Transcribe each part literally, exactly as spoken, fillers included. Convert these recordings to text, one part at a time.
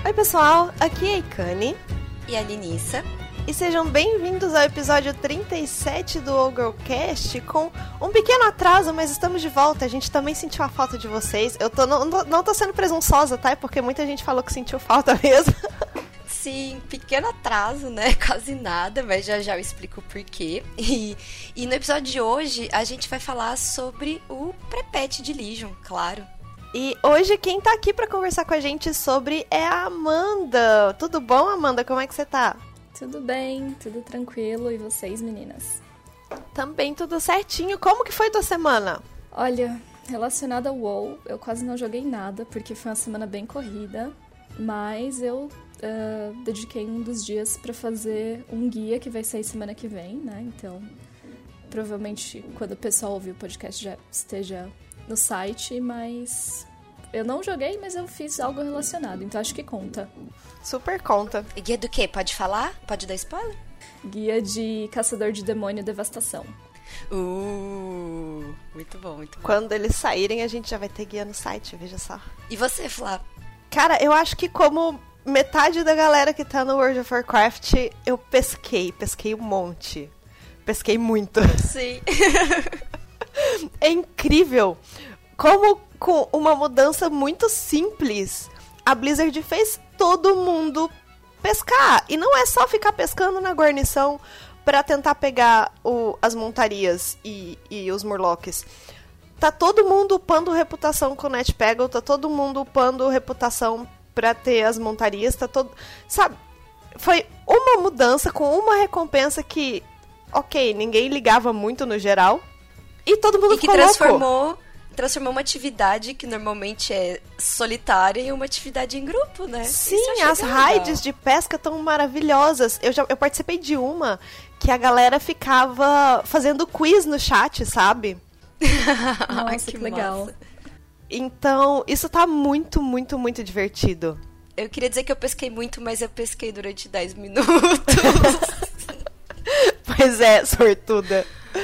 Oi pessoal, aqui é a Ikane e a Linissa e sejam bem-vindos ao episódio trinta e sete do Ogrecast com um pequeno atraso, mas estamos de volta. A gente também sentiu a falta de vocês. Eu tô, não, não tô sendo presunçosa, tá? Porque muita gente falou que sentiu falta mesmo. Sim, pequeno atraso, né? Quase nada, mas já já eu explico o porquê. E, e no episódio de hoje a gente vai falar sobre o pré-patch de Legion, claro. E hoje quem tá aqui pra conversar com a gente sobre é a Amanda. Tudo bom, Amanda? Como é que você tá? Tudo bem, tudo tranquilo. E vocês, meninas? Também tudo certinho. Como que foi tua semana? Olha, relacionado ao WoW, eu quase não joguei nada, porque foi uma semana bem corrida. Mas eu uh, dediquei um dos dias pra fazer um guia que vai sair semana que vem, né? Então, provavelmente, quando o pessoal ouvir o podcast já esteja no site, mas eu não joguei, mas eu fiz algo relacionado, então acho que conta. Super conta. E guia do quê? Pode falar? Pode dar spoiler? Guia de Caçador de Demônio e Devastação. Uh, muito bom, muito bom. Quando eles saírem, a gente já vai ter guia no site, veja só. E você, Flá? Cara, eu acho que como metade da galera que tá no World of Warcraft, eu pesquei, pesquei um monte. Pesquei muito. Sim. É incrível como, com uma mudança muito simples, a Blizzard fez todo mundo pescar. E não é só ficar pescando na guarnição pra tentar pegar o, as montarias e, e os murlocs. Tá todo mundo upando reputação com o NetPeggle, tá todo mundo upando reputação pra ter as montarias, tá todo... Sabe, foi uma mudança com uma recompensa que, ok, ninguém ligava muito no geral. E todo mundo e que ficou transformou, louco. transformou uma atividade que normalmente é solitária em uma atividade em grupo, né? Sim, as raids de pesca estão maravilhosas. Eu, já, eu participei de uma que a galera ficava fazendo quiz no chat, sabe? Nossa, que, que legal. Então, isso tá muito, muito, muito divertido. Eu queria dizer que eu pesquei muito, mas eu pesquei durante dez minutos. Pois é, sortuda.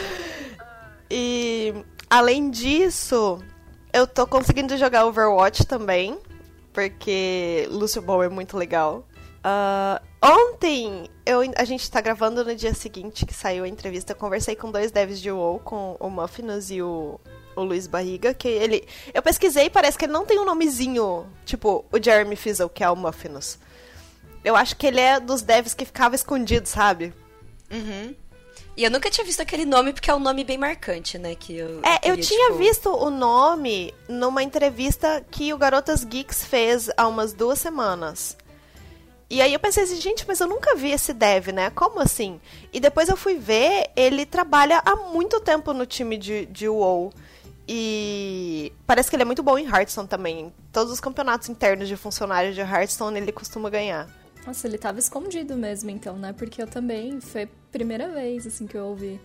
E, além disso, eu tô conseguindo jogar Overwatch também, porque Lúcio Ball é muito legal. Uh, ontem, eu, a gente tá gravando no dia seguinte que saiu a entrevista, eu conversei com dois devs de WoW, com o Muffinus e o, o Luiz Barriga, que ele... Eu pesquisei e parece que ele não tem um nomezinho, tipo o Jeremy Fizzle, que é o Muffinus. Eu acho que ele é dos devs que ficava escondido, sabe? Uhum. E eu nunca tinha visto aquele nome, porque é um nome bem marcante, né? Que eu, é, eu, eu queria, tinha tipo... visto o nome numa entrevista que o Garotas Geeks fez há umas duas semanas. E aí eu pensei assim, gente, mas eu nunca vi esse dev, né? Como assim? E depois eu fui ver, ele trabalha há muito tempo no time de, de WoW. E parece que ele é muito bom em Hearthstone também. Todos os campeonatos internos de funcionários de Hearthstone ele costuma ganhar. Nossa, ele tava escondido mesmo, então, né? Porque eu também, foi a primeira vez, assim, que eu ouvi.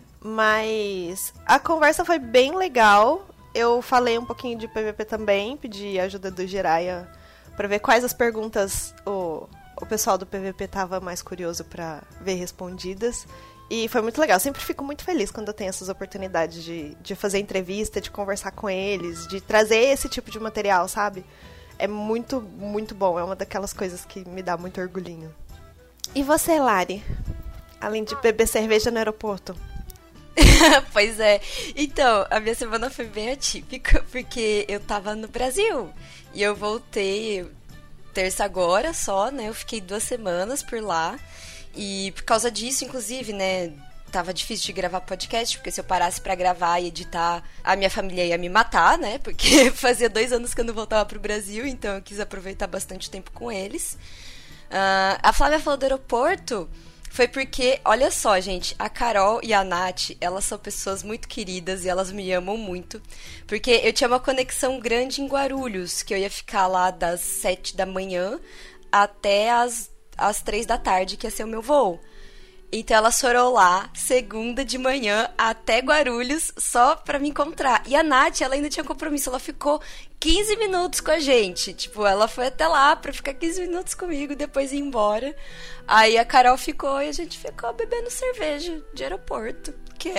Mas a conversa foi bem legal. Eu falei um pouquinho de P V P também, pedi a ajuda do Jiraiya pra ver quais as perguntas o, o pessoal do P V P tava mais curioso pra ver respondidas. E foi muito legal. Eu sempre fico muito feliz quando eu tenho essas oportunidades de, de fazer entrevista, de conversar com eles, de trazer esse tipo de material, sabe? É muito, muito bom. É uma daquelas coisas que me dá muito orgulhinho. E você, Lari? Além de beber cerveja no aeroporto? Pois é. Então, a minha semana foi bem atípica, porque eu tava no Brasil. E eu voltei terça agora só, né? Eu fiquei duas semanas por lá. E por causa disso, inclusive, né? Tava difícil de gravar podcast, porque se eu parasse pra gravar e editar, a minha família ia me matar, né? Porque fazia dois anos que eu não voltava pro Brasil, então eu quis aproveitar bastante tempo com eles. Uh, a Flávia falou do aeroporto, foi porque, olha só, gente, a Carol e a Nath, elas são pessoas muito queridas e elas me amam muito, porque eu tinha uma conexão grande em Guarulhos, que eu ia ficar lá das sete da manhã até as, as três da tarde, que ia ser o meu voo. Então ela foram lá, segunda de manhã, até Guarulhos, só pra me encontrar. E a Nath, ela ainda tinha compromisso, ela ficou quinze minutos com a gente. Tipo, ela foi até lá pra ficar quinze minutos comigo, depois ir embora. Aí a Carol ficou e a gente ficou bebendo cerveja de aeroporto, que é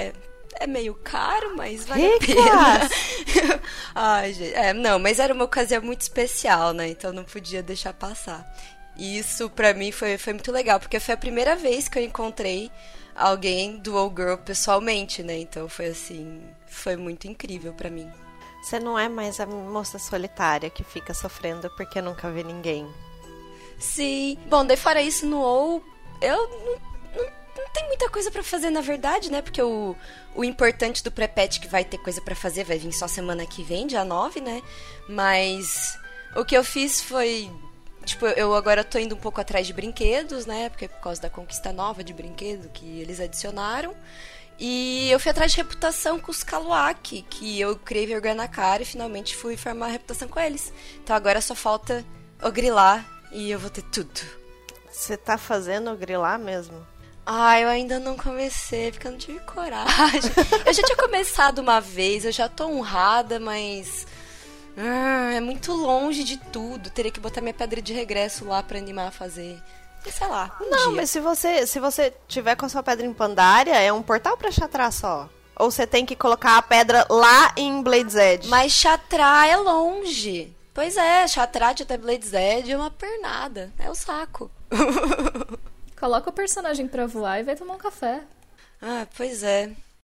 é meio caro, mas vale Ricas! a pena. Ai, gente. É, não, mas era uma ocasião muito especial, né? Então não podia deixar passar. E isso pra mim foi, foi muito legal, porque foi a primeira vez que eu encontrei alguém do All Girl pessoalmente, né? Então foi assim, foi muito incrível pra mim. Você não é mais a moça solitária que fica sofrendo porque nunca vê ninguém. Sim. Bom, daí fora isso, no All, eu não, não, não tem muita coisa pra fazer, na verdade, né? Porque o, o importante do pré-patch que vai ter coisa pra fazer vai vir só semana que vem, dia nove, né? Mas o que eu fiz foi... Tipo, eu agora tô indo um pouco atrás de brinquedos, né? Porque por causa da conquista nova de brinquedo que eles adicionaram. E eu fui atrás de reputação com os Kaluaki, que eu criei vergonha na cara e finalmente fui formar a reputação com eles. Então agora só falta o grilar e eu vou ter tudo. Você tá fazendo o grilar mesmo? Ah, eu ainda não comecei, porque eu não tive coragem. Eu já tinha começado uma vez, eu já tô honrada, mas... Ah, é muito longe de tudo. Teria que botar minha pedra de regresso lá pra animar a fazer... E sei lá, um Não, dia. mas se você, se você tiver com a sua pedra em Pandaria, é um portal pra Xatrá só. Ou você tem que colocar a pedra lá em Blade's Edge. Mas Xatrá é longe. Pois é, Xatrá de até Blade's Edge é uma pernada. É o saco. Coloca o personagem pra voar e vai tomar um café. Ah, pois é.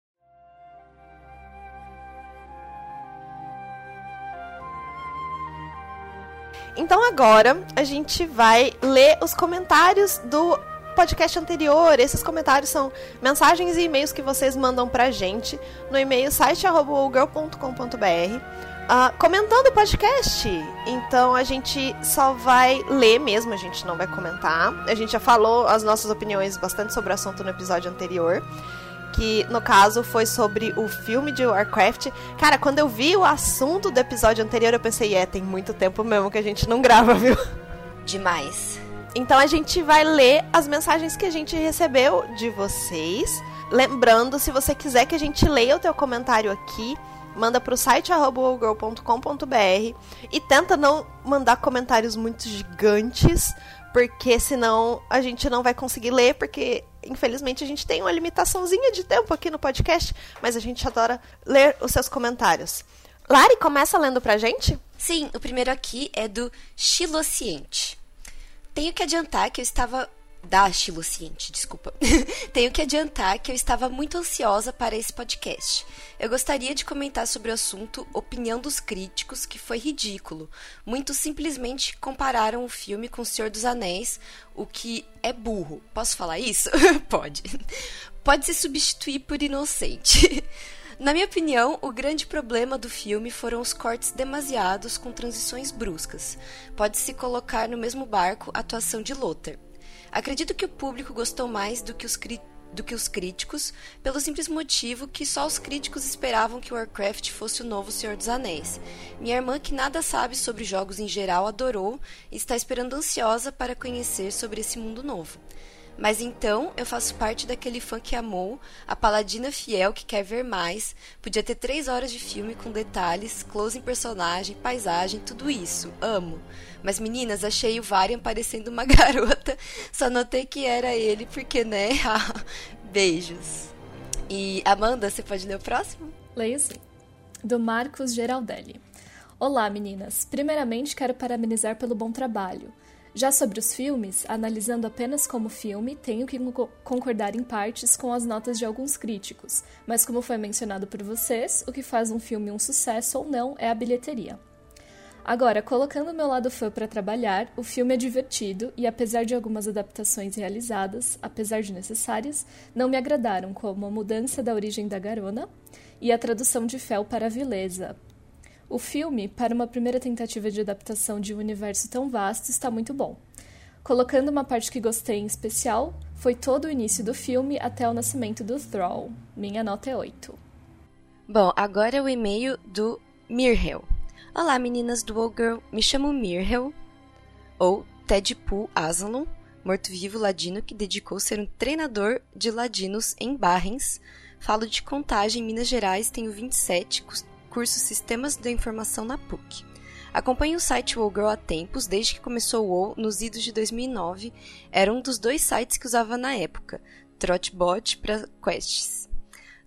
Então agora a gente vai ler os comentários do podcast anterior. Esses comentários são mensagens e e-mails que vocês mandam pra gente no e-mail site arroba allgirl ponto com ponto b r uh, comentando o podcast. Então a gente só vai ler mesmo, a gente não vai comentar. A gente já falou as nossas opiniões bastante sobre o assunto no episódio anterior, que no caso foi sobre o filme de Warcraft. Cara, quando eu vi o assunto do episódio anterior, eu pensei, é, tem muito tempo mesmo que a gente não grava, viu? Demais. Então a gente vai ler as mensagens que a gente recebeu de vocês. Lembrando, se você quiser que a gente leia o teu comentário aqui, manda pro site arroba allgirl ponto com ponto b r e tenta não mandar comentários muito gigantes, porque senão a gente não vai conseguir ler, porque infelizmente a gente tem uma limitaçãozinha de tempo aqui no podcast, mas a gente adora ler os seus comentários. Lari, começa lendo pra gente? Sim, o primeiro aqui é do Xilociente. Tenho que adiantar que eu estava... Da Xilociente, desculpa. Tenho que adiantar que eu estava muito ansiosa para esse podcast. Eu gostaria de comentar sobre o assunto Opinião dos Críticos, que foi ridículo. Muito simplesmente compararam o filme com O Senhor dos Anéis, o que é burro. Posso falar isso? Pode. Pode se substituir por inocente. Na minha opinião, o grande problema do filme foram os cortes demasiados com transições bruscas. Pode-se colocar no mesmo barco a atuação de Lothar. Acredito que o público gostou mais do que, os do que os críticos, pelo simples motivo que só os críticos esperavam que Warcraft fosse o novo Senhor dos Anéis. Minha irmã, que nada sabe sobre jogos em geral, adorou e está esperando ansiosa para conhecer sobre esse mundo novo. Mas então, eu faço parte daquele fã que amou, a paladina fiel que quer ver mais, podia ter três horas de filme com detalhes, close em personagem, paisagem, tudo isso, amo. Mas meninas, achei o Varian parecendo uma garota, só notei que era ele porque, né, beijos. E Amanda, você pode ler o próximo? Leio sim. Do Marcos Geraldelli. Olá meninas, primeiramente quero parabenizar pelo bom trabalho. Já sobre os filmes, analisando apenas como filme, tenho que concordar em partes com as notas de alguns críticos, mas como foi mencionado por vocês, o que faz um filme um sucesso ou não é a bilheteria. Agora, colocando o meu lado fã para trabalhar, o filme é divertido e apesar de algumas adaptações realizadas, apesar de necessárias, não me agradaram, como a mudança da origem da Garona e a tradução de Fel para Vileza. O filme, para uma primeira tentativa de adaptação de um universo tão vasto, está muito bom. Colocando uma parte que gostei em especial, foi todo o início do filme até o nascimento do Thrall. Minha nota é oito. Bom, agora é o e-mail do Mirhel. Olá meninas do All Girl, me chamo Mirhel, ou Tedpool Aslan, morto-vivo ladino que dedicou ser um treinador de ladinos em Barrens. Falo de Contagem, Minas Gerais, tenho vinte e sete, curso Sistemas da Informação na P U C. Acompanho o site All Girl há tempos, desde que começou o WoW nos idos de dois mil e nove. Era um dos dois sites que usava na época, Trotbot para quests.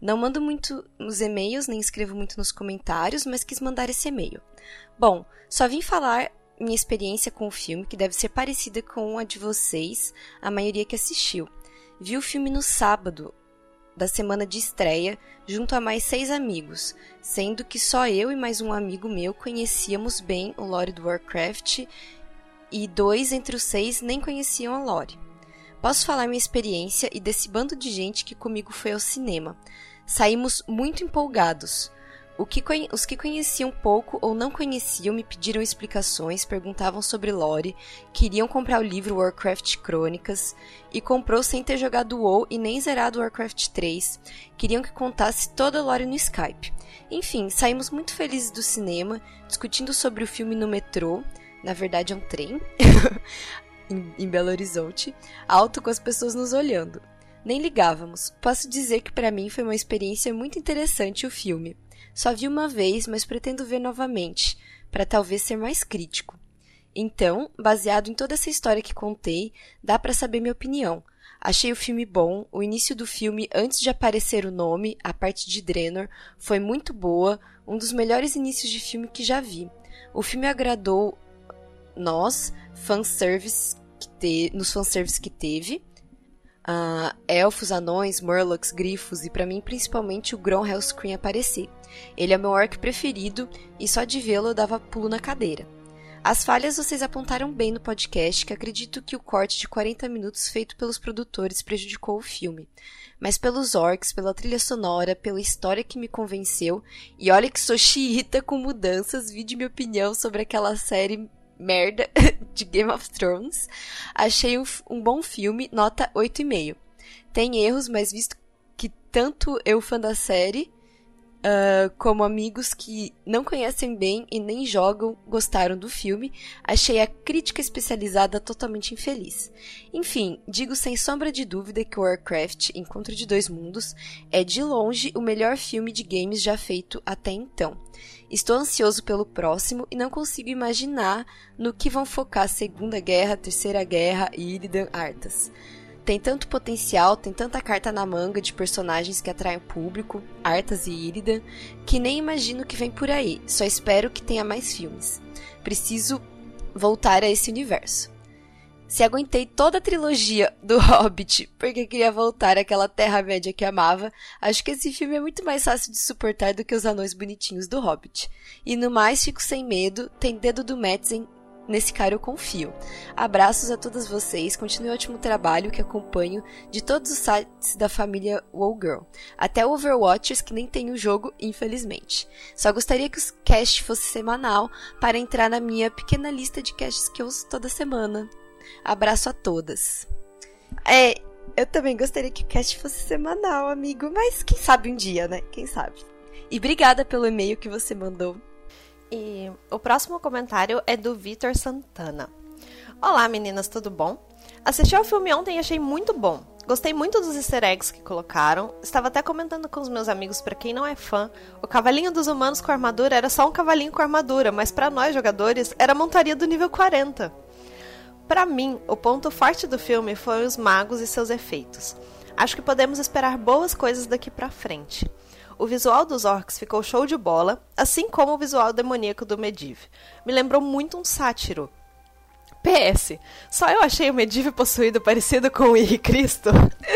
Não mando muito nos e-mails, nem escrevo muito nos comentários, mas quis mandar esse e-mail. Bom, só vim falar minha experiência com o filme, que deve ser parecida com a de vocês, a maioria que assistiu. Vi o filme no sábado da semana de estreia, junto a mais seis amigos, sendo que só eu e mais um amigo meu conhecíamos bem o lore do Warcraft e dois entre os seis nem conheciam a lore. Posso falar minha experiência e desse bando de gente que comigo foi ao cinema. Saímos muito empolgados. O que conhe- os que conheciam pouco ou não conheciam me pediram explicações, perguntavam sobre lore, queriam comprar o livro Warcraft Crônicas e comprou sem ter jogado WoW e nem zerado Warcraft três. Queriam que contasse toda a lore no Skype. Enfim, saímos muito felizes do cinema, discutindo sobre o filme no metrô, na verdade é um trem, em, em Belo Horizonte, alto com as pessoas nos olhando. Nem ligávamos. Posso dizer que para mim foi uma experiência muito interessante o filme. Só vi uma vez, mas pretendo ver novamente, para talvez ser mais crítico. Então, baseado em toda essa história que contei, dá para saber minha opinião. Achei o filme bom, o início do filme, antes de aparecer o nome, a parte de Draenor, foi muito boa, um dos melhores inícios de filme que já vi. O filme agradou nós, fanservice que te... nos fanservice que teve, Uh, elfos, anões, murlocs, grifos e pra mim principalmente o Grom Hellscream aparecer. Ele é meu orc preferido e só de vê-lo eu dava pulo na cadeira. As falhas vocês apontaram bem no podcast, que acredito que o corte de quarenta minutos feito pelos produtores prejudicou o filme. Mas pelos orcs, pela trilha sonora, pela história que me convenceu, e olha que sou xiita com mudanças, vi de minha opinião sobre aquela série merda de Game of Thrones. Achei um, um bom filme, nota oito e meio. Tem erros, mas visto que tanto eu fã da série, uh, como amigos que não conhecem bem e nem jogam, gostaram do filme, achei a crítica especializada totalmente infeliz. Enfim, digo sem sombra de dúvida que Warcraft, Encontro de Dois Mundos, é de longe o melhor filme de games já feito até então. Estou ansioso pelo próximo e não consigo imaginar no que vão focar a Segunda Guerra, Terceira Guerra e Illidan Arthas. Tem tanto potencial, tem tanta carta na manga de personagens que atraem o público, Arthas e Illidan, que nem imagino o que vem por aí, só espero que tenha mais filmes. Preciso voltar a esse universo. Se aguentei toda a trilogia do Hobbit porque queria voltar àquela Terra-média que amava, acho que esse filme é muito mais fácil de suportar do que os anões bonitinhos do Hobbit. E no mais, fico sem medo, tem dedo do Metzen, nesse cara eu confio. Abraços a todas vocês, continue o ótimo trabalho que acompanho de todos os sites da família WoWgirl. Até o Overwatchers, que nem tem o jogo, infelizmente. Só gostaria que o cast fosse semanal para entrar na minha pequena lista de casts que eu uso toda semana. Abraço a todas. É, eu também gostaria que o cast fosse semanal, amigo, mas quem sabe um dia, né? Quem sabe. E obrigada pelo e-mail que você mandou. E o próximo comentário é do Vitor Santana. Olá, meninas, tudo bom? Assisti ao filme ontem e achei muito bom. Gostei muito dos easter eggs que colocaram. Estava até comentando com os meus amigos, pra quem não é fã, o cavalinho dos humanos com armadura era só um cavalinho com armadura, mas pra nós jogadores era a montaria do nível quarenta. Pra mim, o ponto forte do filme foi os magos e seus efeitos. Acho que podemos esperar boas coisas daqui pra frente. O visual dos orcs ficou show de bola, assim como o visual demoníaco do Medivh. Me lembrou muito um sátiro. P S. Só eu achei o Medivh possuído parecido com o Henri Cristo.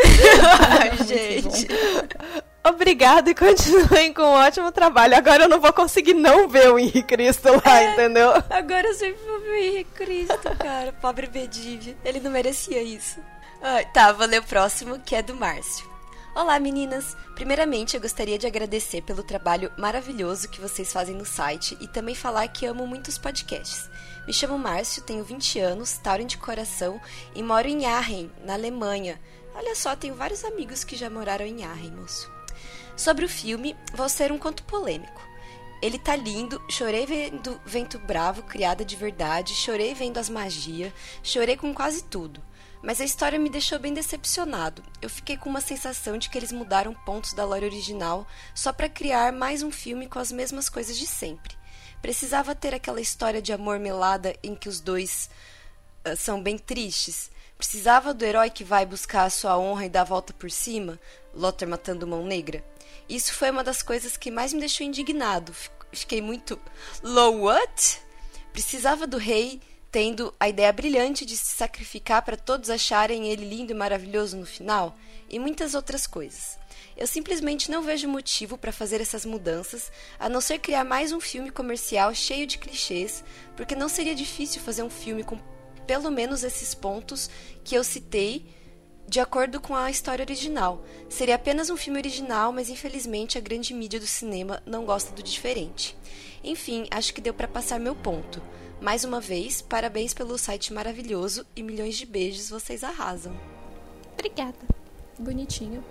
Ai, gente. Obrigada e continuem com um ótimo trabalho. Agora eu não vou conseguir não ver o Henri Cristo lá, é, entendeu? Agora eu sempre vou ver o Henri Cristo, cara. Pobre Medivh. Ele não merecia isso. Ah, tá, vou ler o próximo, que é do Márcio. Olá, meninas! Primeiramente, eu gostaria de agradecer pelo trabalho maravilhoso que vocês fazem no site e também falar que amo muitos podcasts. Me chamo Márcio, tenho vinte anos, taurino de coração e moro em Aachen, na Alemanha. Olha só, tenho vários amigos que já moraram em Aachen, moço. Sobre o filme, vou ser um conto polêmico. Ele tá lindo, chorei vendo Vento Bravo, criada de verdade, chorei vendo as magias, chorei com quase tudo. Mas a história me deixou bem decepcionado. Eu fiquei com uma sensação de que eles mudaram pontos da lore original só para criar mais um filme com as mesmas coisas de sempre. Precisava ter aquela história de amor melada em que os dois uh, são bem tristes. Precisava do herói que vai buscar a sua honra e dar a volta por cima, Lothar matando Mão Negra. Isso foi uma das coisas que mais me deixou indignado. Fiquei muito... Low what? Precisava do rei tendo a ideia brilhante de se sacrificar para todos acharem ele lindo e maravilhoso no final? E muitas outras coisas. Eu simplesmente não vejo motivo para fazer essas mudanças, a não ser criar mais um filme comercial cheio de clichês, porque não seria difícil fazer um filme com pelo menos esses pontos que eu citei, de acordo com a história original. Seria apenas um filme original, mas infelizmente a grande mídia do cinema não gosta do diferente. Enfim, acho que deu para passar meu ponto. Mais uma vez, parabéns pelo site maravilhoso e milhões de beijos, vocês arrasam. Obrigada. Bonitinho.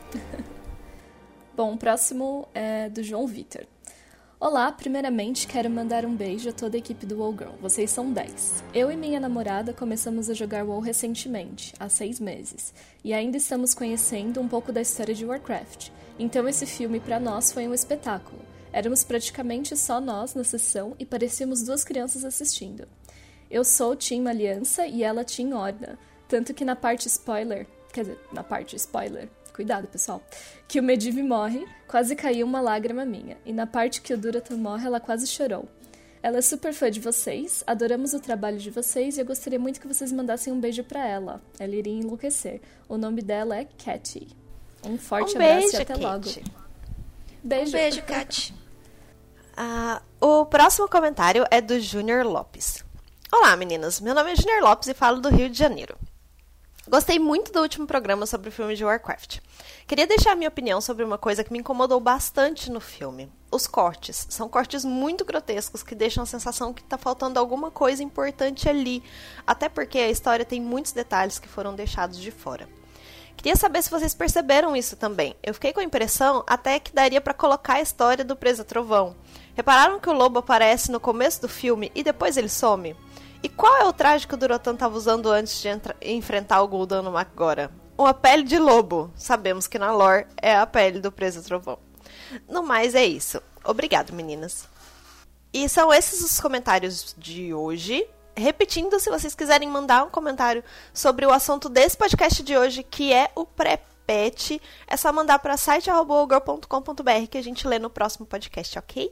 Bom, o próximo é do João Vitor. Olá, primeiramente quero mandar um beijo a toda a equipe do WoW Girl. Vocês são dez. Eu e minha namorada começamos a jogar WoW recentemente, há seis meses, e ainda estamos conhecendo um pouco da história de Warcraft. Então esse filme pra nós foi um espetáculo. Éramos praticamente só nós na sessão e parecíamos duas crianças assistindo. Eu sou Team Aliança e ela Team Horda, tanto que na parte spoiler, quer dizer, na parte spoiler, cuidado, pessoal, que o Medivh morre, quase caiu uma lágrima minha. E na parte que o Durotan morre, ela quase chorou. Ela é super fã de vocês, adoramos o trabalho de vocês e eu gostaria muito que vocês mandassem um beijo pra ela. Ela iria enlouquecer. O nome dela é Katy. Um forte um abraço beijo, e até Kate. logo. Beijo. Um beijo, Katy. Ah, o próximo comentário é do Júnior Lopes. Olá, meninas. Meu nome é Júnior Lopes e falo do Rio de Janeiro. Gostei muito do último programa sobre o filme de Warcraft. Queria deixar minha opinião sobre uma coisa que me incomodou bastante no filme. Os cortes. São cortes muito grotescos que deixam a sensação que está faltando alguma coisa importante ali. Até porque a história tem muitos detalhes que foram deixados de fora. Queria saber se vocês perceberam isso também. Eu fiquei com a impressão até que daria para colocar a história do Presa Trovão. Repararam que o lobo aparece no começo do filme e depois ele some? E qual é o traje que o Durotan estava usando antes de enfrentar o Gul'dan no Magora? Uma pele de lobo. Sabemos que na lore é a pele do Presa Trovão. No mais, é isso. Obrigado, meninas. E são esses os comentários de hoje. Repetindo, se vocês quiserem mandar um comentário sobre o assunto desse podcast de hoje, que é o pré-pet, é só mandar para site arroba o girl ponto com ponto b r que a gente lê no próximo podcast, ok?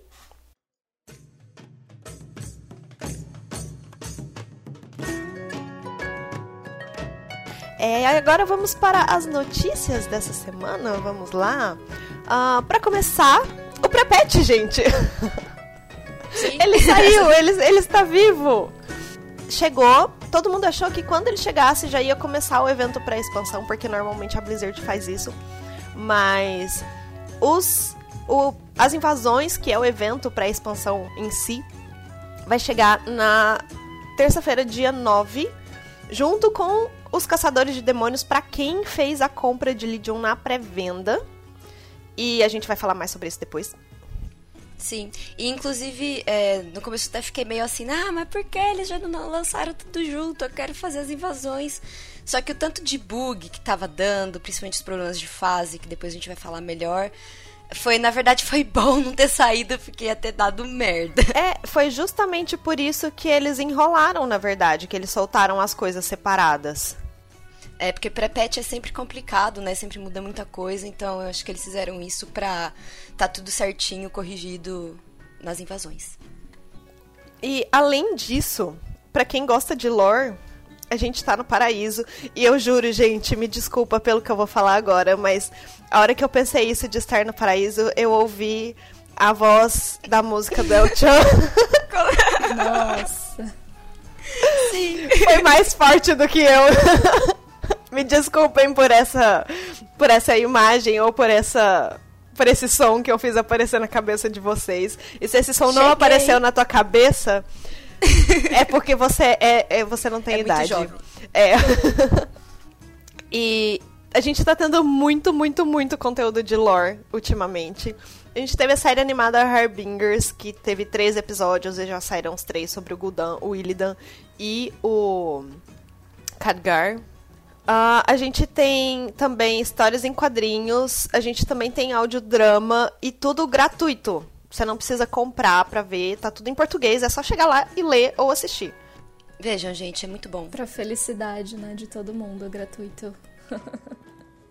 É, agora vamos para as notícias dessa semana. Vamos lá. Uh, para começar, o pré-pet, gente. Sim. Ele saiu, ele, ele está vivo. Chegou, todo mundo achou que quando ele chegasse já ia começar o evento pré-expansão, porque normalmente a Blizzard faz isso. Mas os, o, as invasões, que é o evento pré-expansão em si, vai chegar na terça-feira, dia nove, junto com os Caçadores de Demônios, para quem fez a compra de Legion na pré-venda. E a gente vai falar mais sobre isso depois. Sim, e inclusive é, no começo até fiquei meio assim, ah, mas por que eles já não lançaram tudo junto? Eu quero fazer as invasões. Só que o tanto de bug que tava dando, principalmente os problemas de fase, que depois a gente vai falar melhor, foi, na verdade, foi bom não ter saído, porque ia ter dado merda. É, foi justamente por isso que eles enrolaram, na verdade, que eles soltaram as coisas separadas. É, porque pré-patch é sempre complicado, né? Sempre muda muita coisa, então eu acho que eles fizeram isso pra tá tudo certinho, corrigido nas invasões. E, além disso, pra quem gosta de lore, a gente tá no paraíso. E eu juro, gente, me desculpa pelo que eu vou falar agora, mas a hora que eu pensei isso de estar no paraíso, eu ouvi a voz da música do El-chan. Nossa. Sim. Foi mais forte do que eu. Me desculpem por essa, por essa imagem ou por essa, por esse som que eu fiz aparecer na cabeça de vocês. E se esse som Cheguei. não apareceu na tua cabeça, é porque você é, é você não tem é idade. Muito jovem. É. E a gente tá tendo muito, muito, muito conteúdo de lore ultimamente. A gente teve a série animada Harbingers, que teve três episódios e já saíram os três sobre o Gul'dan, o Illidan e o Khadgar. Uh, a gente tem também histórias em quadrinhos, a gente também tem audiodrama e tudo gratuito. Você não precisa comprar pra ver, tá tudo em português, é só chegar lá e ler ou assistir. Vejam, gente, é muito bom. Pra felicidade, né, de todo mundo, é gratuito.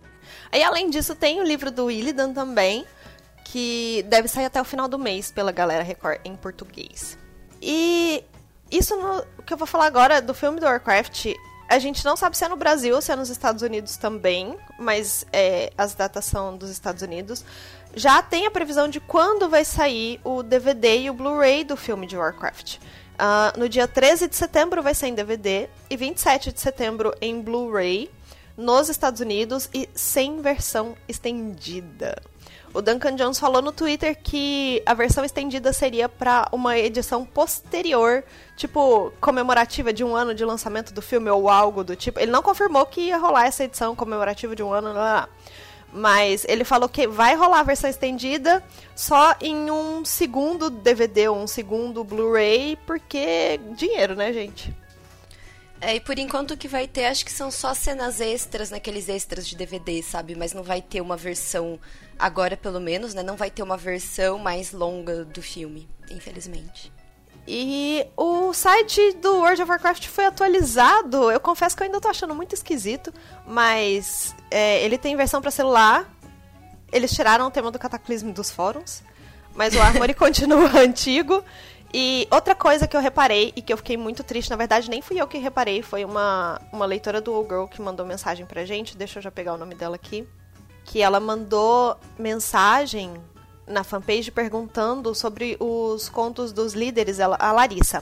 Aí, além disso, tem o livro do Illidan também, que deve sair até o final do mês pela Galera Record em português. E isso no, o que eu vou falar agora do filme do Warcraft, a gente não sabe se é no Brasil ou se é nos Estados Unidos também, mas é, as datas são dos Estados Unidos. Já tem a previsão de quando vai sair o D V D e o Blu-ray do filme de Warcraft. Uh, no dia treze de setembro vai ser em D V D e vinte e sete de setembro em Blu-ray nos Estados Unidos e sem versão estendida. O Duncan Jones falou no Twitter que a versão estendida seria para uma edição posterior, tipo, comemorativa de um ano de lançamento do filme ou algo do tipo. Ele não confirmou que ia rolar essa edição comemorativa de um ano, lá, lá. Mas ele falou que vai rolar a versão estendida só em um segundo D V D ou um segundo Blu-ray, porque dinheiro, né, gente? É, e por enquanto o que vai ter, acho que são só cenas extras, naqueles extras de D V D, sabe? Mas não vai ter uma versão, agora pelo menos, né? Não vai ter uma versão mais longa do filme, infelizmente. E o site do World of Warcraft foi atualizado. Eu confesso que eu ainda tô achando muito esquisito, mas é, ele tem versão para celular. Eles tiraram o tema do cataclismo dos fóruns, mas o Armory continua antigo. E outra coisa que eu reparei e que eu fiquei muito triste, na verdade nem fui eu que reparei, foi uma, uma leitora do Old Girl que mandou mensagem pra gente, deixa eu já pegar o nome dela aqui, que ela mandou mensagem na fanpage perguntando sobre os contos dos líderes, ela, a Larissa.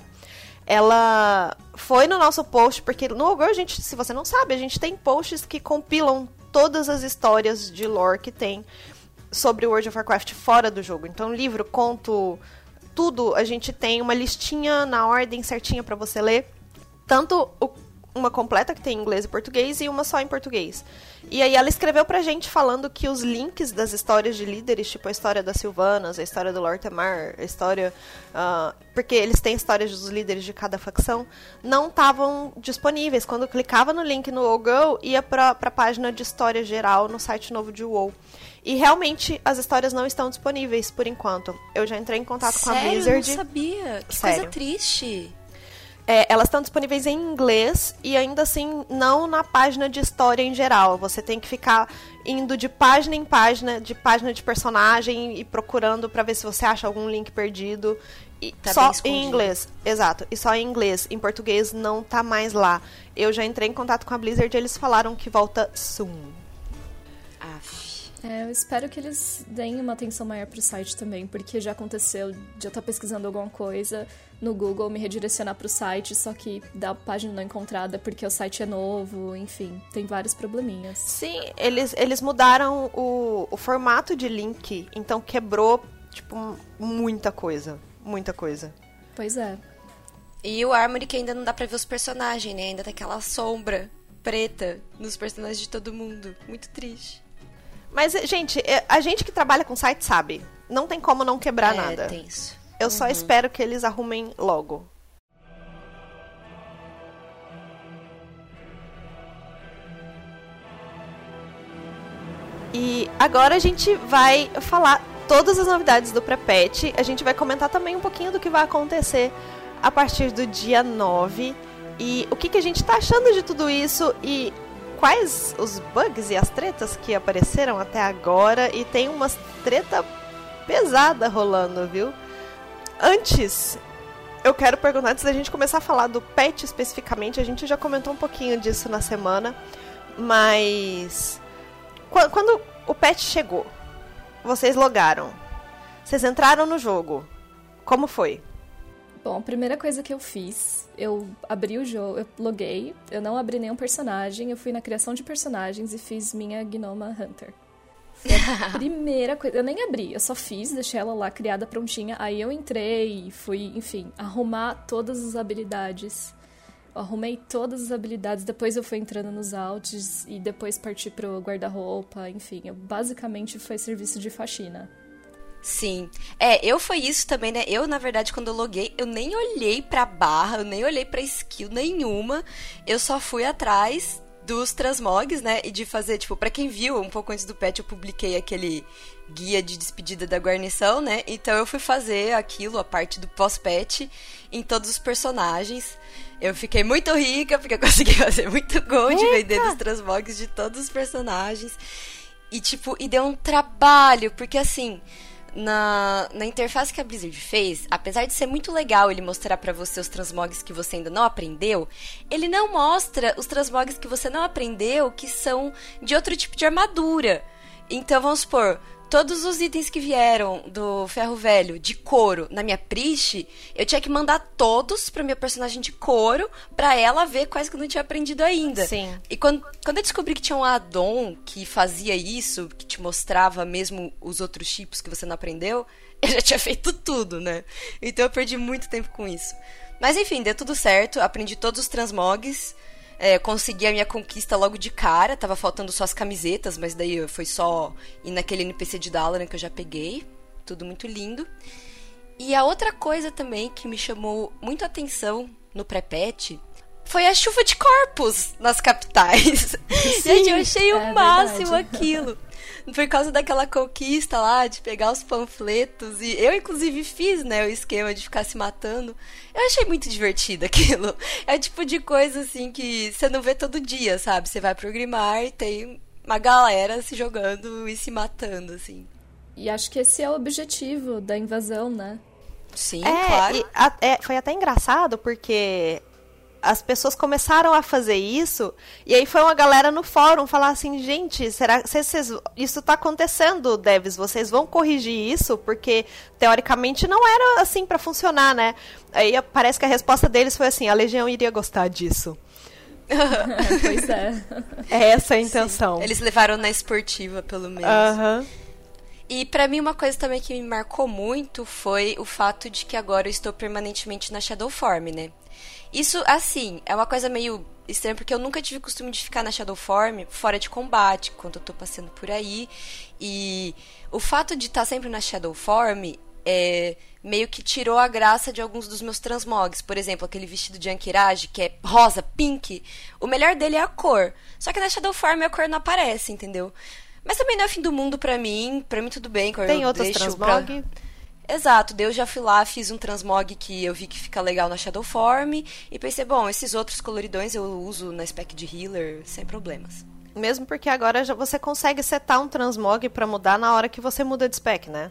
Ela foi no nosso post, porque no Old Girl, a gente, se você não sabe, a gente tem posts que compilam todas as histórias de lore que tem sobre o World of Warcraft fora do jogo. Então, livro, conto, tudo, a gente tem uma listinha na ordem certinha pra você ler. Tanto o, uma completa, que tem em inglês e português, e uma só em português. E aí ela escreveu pra gente falando que os links das histórias de líderes, tipo a história das Sylvanas, a história do Lord Temar, a história... Uh, porque eles têm histórias dos líderes de cada facção, não estavam disponíveis. Quando eu clicava no link no WoW Girl, ia pra, pra página de história geral no site novo de WoW. E realmente as histórias não estão disponíveis por enquanto. Eu já entrei em contato Sério? com a Blizzard. Eu não sabia. Que Sério. Coisa triste. É, elas estão disponíveis em inglês e ainda assim não na página de história em geral. Você tem que ficar indo de página em página, de página de personagem e procurando pra ver se você acha algum link perdido. E tá só bem em inglês, exato. E só em inglês. Em português não tá mais lá. Eu já entrei em contato com a Blizzard e eles falaram que volta soon. Aff. É, eu espero que eles deem uma atenção maior pro site também, porque já aconteceu de eu estar pesquisando alguma coisa no Google, me redirecionar pro site, só que dá a página não encontrada porque o site é novo, enfim, tem vários probleminhas. Sim, eles, eles mudaram o, o formato de link, então quebrou, tipo, muita coisa, muita coisa. Pois é. E o Armory que ainda não dá pra ver os personagens, né? Ainda tem aquela sombra preta nos personagens de todo mundo. Muito triste. Mas, gente, a gente que trabalha com site sabe. Não tem como não quebrar é, nada. Tem isso. Eu uhum. só espero que eles arrumem logo. E agora a gente vai falar todas as novidades do pré-patch. A gente vai comentar também um pouquinho do que vai acontecer a partir do dia nove. E o que, que a gente tá achando de tudo isso e... quais os bugs e as tretas que apareceram até agora. E tem umas treta pesada rolando, viu? Antes, eu quero perguntar, antes da gente começar a falar do patch especificamente, a gente já comentou um pouquinho disso na semana, mas quando o patch chegou, vocês logaram, vocês entraram no jogo, como foi? Bom, a primeira coisa que eu fiz, eu abri o jogo, eu loguei, eu não abri nenhum personagem, eu fui na criação de personagens e fiz minha Gnoma Hunter. Foi a primeira coisa, eu nem abri, eu só fiz, deixei ela lá criada prontinha, aí eu entrei e fui, enfim, arrumar todas as habilidades. Eu arrumei todas as habilidades, depois eu fui entrando nos alts e depois parti pro guarda-roupa, enfim, eu, basicamente foi serviço de faxina. Sim. É, eu foi isso também, né? Eu, na verdade, quando eu loguei, eu nem olhei pra barra, eu nem olhei pra skill nenhuma. Eu só fui atrás dos transmogs, né? E de fazer, tipo, pra quem viu, um pouco antes do patch, eu publiquei aquele guia de despedida da guarnição, né? Então eu fui fazer aquilo, a parte do pós-patch, em todos os personagens. Eu fiquei muito rica, porque eu consegui fazer muito gold, vender dos transmogs de todos os personagens. E, tipo, e deu um trabalho, porque, assim, na, na interface que a Blizzard fez, apesar de ser muito legal ele mostrar pra você os transmogs que você ainda não aprendeu, ele não mostra os transmogs que você não aprendeu, que são de outro tipo de armadura. Então, vamos supor, todos os itens que vieram do Ferro Velho de couro na minha Prish, eu tinha que mandar todos pra minha personagem de couro pra ela ver quais que eu não tinha aprendido ainda. Sim. E quando, quando eu descobri que tinha um add-on que fazia isso, que te mostrava mesmo os outros tipos que você não aprendeu, eu já tinha feito tudo, né? Então eu perdi muito tempo com isso. Mas enfim, deu tudo certo, aprendi todos os transmogs. É, consegui a minha conquista logo de cara. Tava faltando só as camisetas, mas daí foi só ir naquele N P C de Dalaran que eu já peguei. Tudo muito lindo. E a outra coisa também que me chamou muito a atenção no pré-patch foi a chuva de corpos nas capitais. Sim, gente, eu achei é o máximo verdade. aquilo. Por causa daquela conquista lá, de pegar os panfletos. E eu, inclusive, fiz, né, o esquema de ficar se matando. Eu achei muito divertido aquilo. É o tipo de coisa, assim, que você não vê todo dia, sabe? Você vai pro Grimar e tem uma galera se jogando e se matando, assim. E acho que esse é o objetivo da invasão, né? Sim, É, claro. e a- é, foi até engraçado, porque as pessoas começaram a fazer isso, e aí foi uma galera no fórum falar assim, gente, será que vocês, isso tá acontecendo, devs, vocês vão corrigir isso? Porque, teoricamente, não era assim pra funcionar, né? Aí parece que a resposta deles foi assim, a Legião iria gostar disso. É, pois é. É essa a intenção. Eles levaram na esportiva, pelo menos. Aham. E pra mim uma coisa também que me marcou muito foi o fato de que agora eu estou permanentemente na Shadowform, né? Isso, assim, é uma coisa meio estranha, porque eu nunca tive costume de ficar na Shadowform fora de combate, quando eu tô passando por aí. E o fato de estar sempre na Shadowform é, meio que tirou a graça de alguns dos meus transmogs. Por exemplo, aquele vestido de Ankiraj, que é rosa, pink. O melhor dele é a cor. Só que na Shadowform a cor não aparece, entendeu? Mas também não é fim do mundo pra mim. Pra mim tudo bem. Que Tem eu outros deixo transmog? pra... Exato, daí eu já fui lá, fiz um transmog que eu vi que fica legal na Shadowform e pensei, bom, esses outros coloridões eu uso na spec de healer sem problemas. Mesmo porque agora já você consegue setar um transmog pra mudar na hora que você muda de spec, né?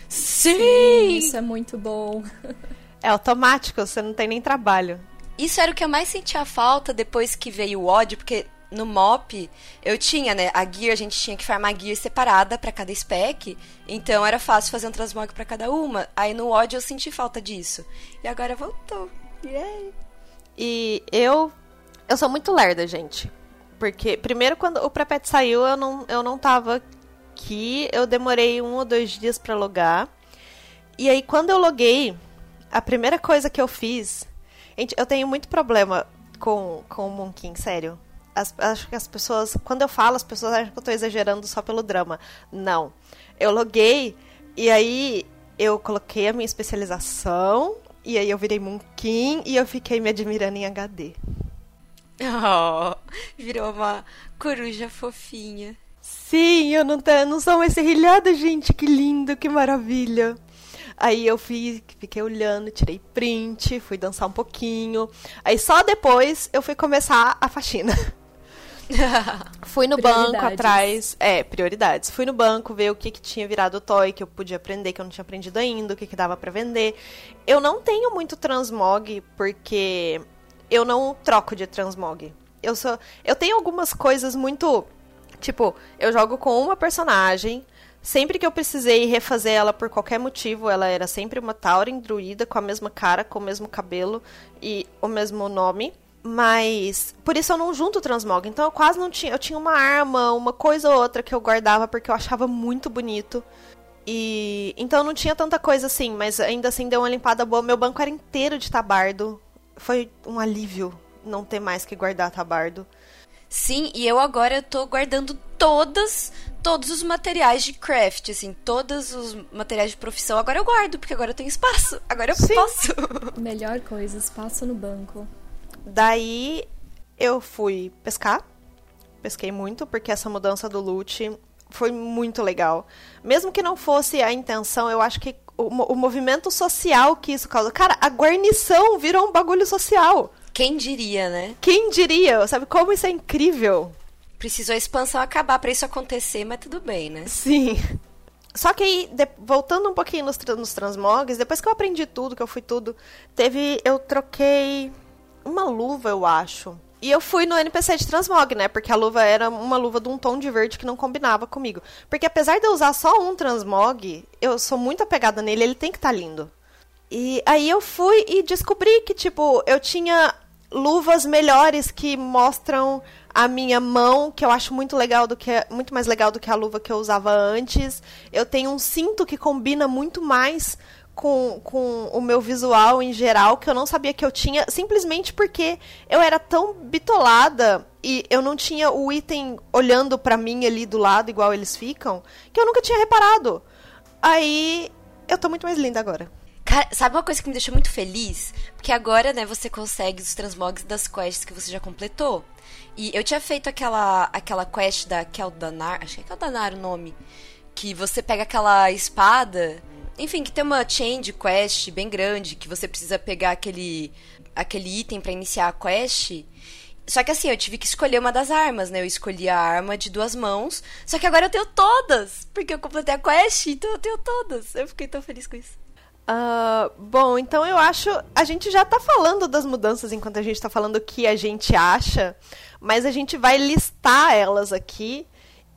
Sim! Isso é muito bom. É automático, você não tem nem trabalho. Isso era o que eu mais sentia falta depois que veio o O D, porque no M O P eu tinha, né, a gear, a gente tinha que farmar gear separada pra cada spec, então era fácil fazer um transmog pra cada uma. Aí no O D eu senti falta disso. E agora voltou. Yay! E eu eu sou muito lerda, gente. Porque, primeiro, quando o pré-patch saiu, eu não, eu não tava aqui. Eu demorei um ou dois dias pra logar. E aí, quando eu loguei, a primeira coisa que eu fiz... Gente, eu tenho muito problema com, com o Moon King, sério. As, acho que as pessoas... Quando eu falo, as pessoas acham que eu tô exagerando só pelo drama. Não. Eu loguei, e aí eu coloquei a minha especialização... E aí eu virei Moonkin e eu fiquei me admirando em H D. Oh, virou uma coruja fofinha. Sim, eu não, tá, não sou mais serrilhada, gente. Que lindo, que maravilha. Aí eu fui, fiquei olhando, tirei print, fui dançar um pouquinho. Aí só depois eu fui começar a faxina. Fui no banco atrás. É, prioridades. Fui no banco ver o que, que tinha virado toy, que eu podia aprender, que eu não tinha aprendido ainda, o que, que dava pra vender. Eu não tenho muito transmog, porque eu não troco de transmog. Eu, sou, eu tenho algumas coisas muito... Tipo, eu jogo com uma personagem. Sempre que eu precisei refazer ela por qualquer motivo, ela era sempre uma Tauren druida, com a mesma cara, com o mesmo cabelo e o mesmo nome. Mas, por isso eu não junto transmog. Então eu quase não tinha... Eu tinha uma arma, uma coisa ou outra que eu guardava porque eu achava muito bonito. E... Então não tinha tanta coisa assim, mas ainda assim deu uma limpada boa. Meu banco era inteiro de tabardo. Foi um alívio não ter mais que guardar tabardo. Sim, e eu agora tô guardando todas, todos os materiais de craft, assim, todos os materiais de profissão. Agora eu guardo, porque agora eu tenho espaço. Agora eu Sim. posso. Melhor coisa, espaço no banco. Daí eu fui pescar. Pesquei muito, porque essa mudança do loot foi muito legal. Mesmo que não fosse a intenção, eu acho que o, o movimento social que isso causou... Cara, a guarnição virou um bagulho social. Quem diria, né? Quem diria? Sabe como isso é incrível? precisou a expansão acabar pra isso acontecer, mas tudo bem, né? Sim. Só que aí, de, voltando um pouquinho nos, nos transmogs, depois que eu aprendi tudo, que eu fui tudo, teve... Eu troquei uma luva, eu acho. E eu fui no N P C de transmog, né? Porque a luva era uma luva de um tom de verde que não combinava comigo. Porque apesar de eu usar só um transmog, eu sou muito apegada nele, ele tem que estar lindo. E aí eu fui e descobri que, tipo, eu tinha luvas melhores que mostram a minha mão, que eu acho muito legal do que muito mais legal do que a luva que eu usava antes. Eu tenho um cinto que combina muito mais com, com o meu visual em geral, que eu não sabia que eu tinha, simplesmente porque eu era tão bitolada e eu não tinha o item olhando pra mim ali do lado, igual eles ficam, que eu nunca tinha reparado. Aí eu tô muito mais linda agora. Cara, sabe uma coisa que me deixou muito feliz? Porque agora, né, você consegue os transmogs das quests que você já completou. E eu tinha feito aquela, aquela quest da Keldanar, acho que é Keldanar o nome, que você pega aquela espada, enfim, que tem uma chain de quest bem grande, que você precisa pegar aquele, aquele item pra iniciar a quest. Só que assim, eu tive que escolher uma das armas, né? Eu escolhi a arma de duas mãos, só que agora eu tenho todas, porque eu completei a quest, então eu tenho todas. Eu fiquei tão feliz com isso. Uh, bom, então eu acho... A gente já tá falando das mudanças enquanto a gente tá falando o que a gente acha, mas a gente vai listar elas aqui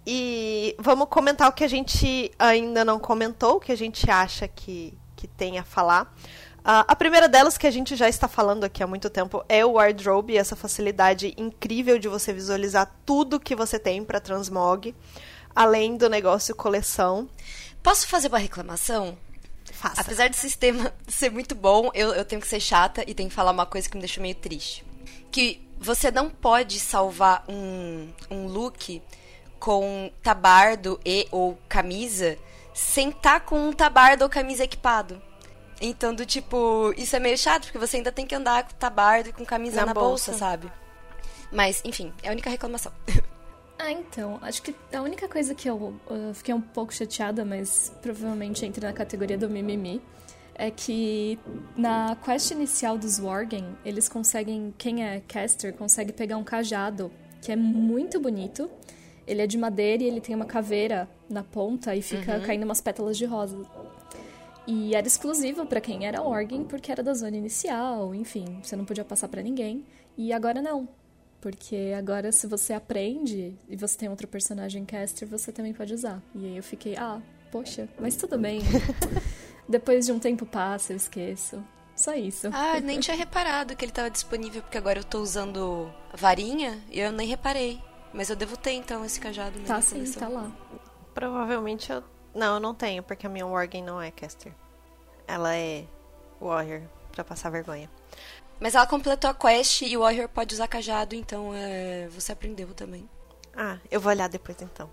e vamos comentar o que a gente ainda não comentou, o que a gente acha que, que tem a falar. Uh, a primeira delas, que a gente já está falando aqui há muito tempo, é o Wardrobe, essa facilidade incrível de você visualizar tudo que você tem para transmog, além do negócio coleção. Posso fazer uma reclamação? Faça. Apesar do sistema ser muito bom, eu, eu tenho que ser chata e tenho que falar uma coisa que me deixou meio triste. Que você não pode salvar um, um look com tabardo e ou camisa sem estar com um tabardo ou camisa equipado. Então, do tipo, isso é meio chato, porque você ainda tem que andar com tabardo e com camisa na, na bolsa. bolsa, sabe? Mas, enfim, é a única reclamação. Ah, então, acho que a única coisa que eu uh, fiquei um pouco chateada, mas provavelmente entra na categoria do mimimi, é que na quest inicial dos Worgen, eles conseguem, quem é caster, consegue pegar um cajado, que é muito bonito. Ele é de madeira e ele tem uma caveira na ponta e fica uhum. caindo umas pétalas de rosa. E era exclusivo pra quem era Worgen, porque era da zona inicial, enfim, você não podia passar pra ninguém. E agora não. Porque agora, se você aprende e você tem outro personagem caster, você também pode usar. E aí eu fiquei, ah, poxa, mas tudo bem. Depois de um tempo passa, eu esqueço. Só isso. Ah, nem tinha reparado que ele estava disponível, porque agora eu tô usando varinha e eu nem reparei. Mas eu devo ter, então, esse cajado. Tá sim, coleção. Tá lá. Provavelmente eu... Não, eu não tenho, porque a minha Worgen não é caster. Ela é warrior, pra passar vergonha. Mas ela completou a quest e o Warrior pode usar cajado, então é, você aprendeu também. Ah, eu vou olhar depois então.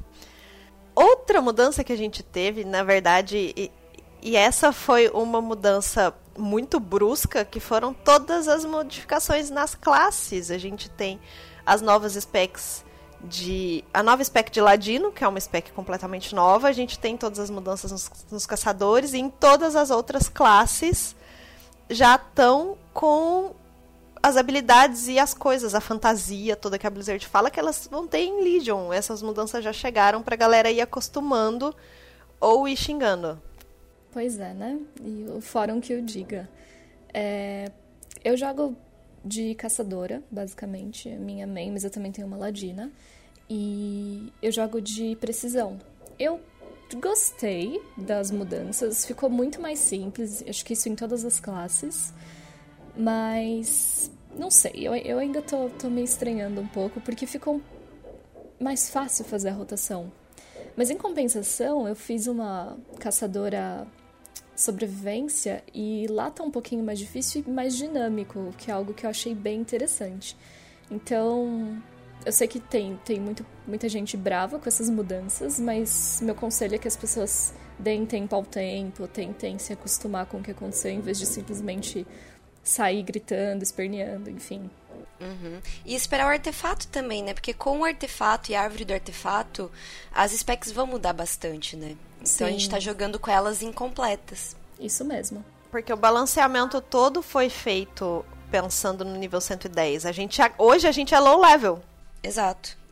Outra mudança que a gente teve, na verdade, e, e essa foi uma mudança muito brusca, que foram todas as modificações nas classes. A gente tem as novas specs de... A nova spec de Ladino, que é uma spec completamente nova. A gente tem todas as mudanças nos, nos caçadores e em todas as outras classes já estão com as habilidades e as coisas, a fantasia toda que a Blizzard fala que elas vão ter em Legion. Essas mudanças já chegaram pra galera ir acostumando ou ir xingando. Pois é, né? E o fórum que o diga. É... Eu jogo de caçadora, basicamente, minha main, mas eu também tenho uma ladina. E eu jogo de precisão. Eu gostei das mudanças, ficou muito mais simples, acho que isso em todas as classes, mas não sei, eu, eu ainda tô, tô me estranhando um pouco, porque ficou mais fácil fazer a rotação. Mas em compensação, eu fiz uma caçadora sobrevivência e lá tá um pouquinho mais difícil e mais dinâmico, que é algo que eu achei bem interessante. Então... Eu sei que tem, tem muito, muita gente brava com essas mudanças, mas meu conselho é que as pessoas deem tempo ao tempo, tentem se acostumar com o que aconteceu, em vez de simplesmente sair gritando, esperneando, enfim. Uhum. E esperar o artefato também, né? Porque com o artefato e a árvore do artefato, as specs vão mudar bastante, né? Então Sim. a gente tá jogando com elas incompletas. Isso mesmo. Porque o balanceamento todo foi feito pensando no nível cento e dez. A gente, hoje a gente é low level. Exato.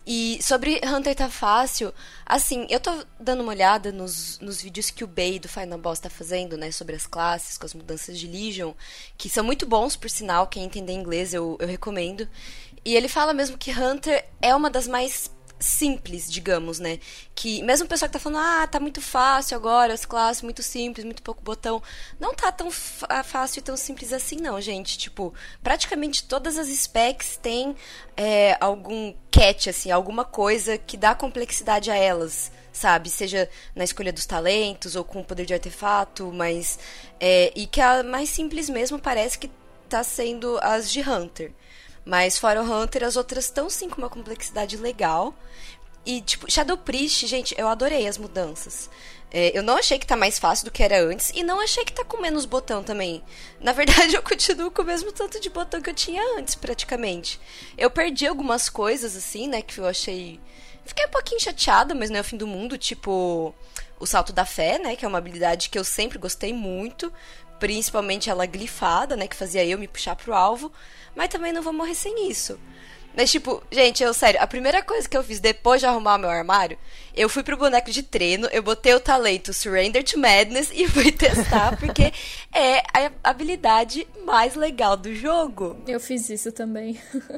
E sobre Hunter tá fácil, assim, eu tô dando uma olhada nos, nos vídeos que o Bay do Final Boss tá fazendo, né, sobre as classes, com as mudanças de Legion, que são muito bons, por sinal, quem entender inglês eu, eu recomendo. E ele fala mesmo que Hunter é uma das mais simples, digamos, né? Que mesmo o pessoal que tá falando, ah, tá muito fácil agora, as classes muito simples, muito pouco botão. Não tá tão fácil e tão simples assim, não, gente. Tipo, praticamente todas as specs têm é, algum catch, assim, alguma coisa que dá complexidade a elas, sabe? Seja na escolha dos talentos ou com o poder de artefato, mas... É, e que a mais simples mesmo parece que tá sendo as de Hunter. Mas fora o Hunter, as outras estão sim com uma complexidade legal. E, tipo, Shadow Priest, gente, eu adorei as mudanças. É, eu não achei que tá mais fácil do que era antes. E não achei que tá com menos botão também. Na verdade, eu continuo com o mesmo tanto de botão que eu tinha antes, praticamente. Eu perdi algumas coisas, assim, né, que eu achei... Fiquei um pouquinho chateada, mas não é o fim do mundo. Tipo, o Salto da Fé, né, que é uma habilidade que eu sempre gostei muito. Principalmente ela glifada, né, que fazia eu me puxar pro alvo. Mas também não vou morrer sem isso. Mas, tipo, gente, eu, sério, a primeira coisa que eu fiz depois de arrumar o meu armário, eu fui pro boneco de treino, eu botei o talento Surrender to Madness e fui testar, porque é a habilidade mais legal do jogo. Eu fiz isso também.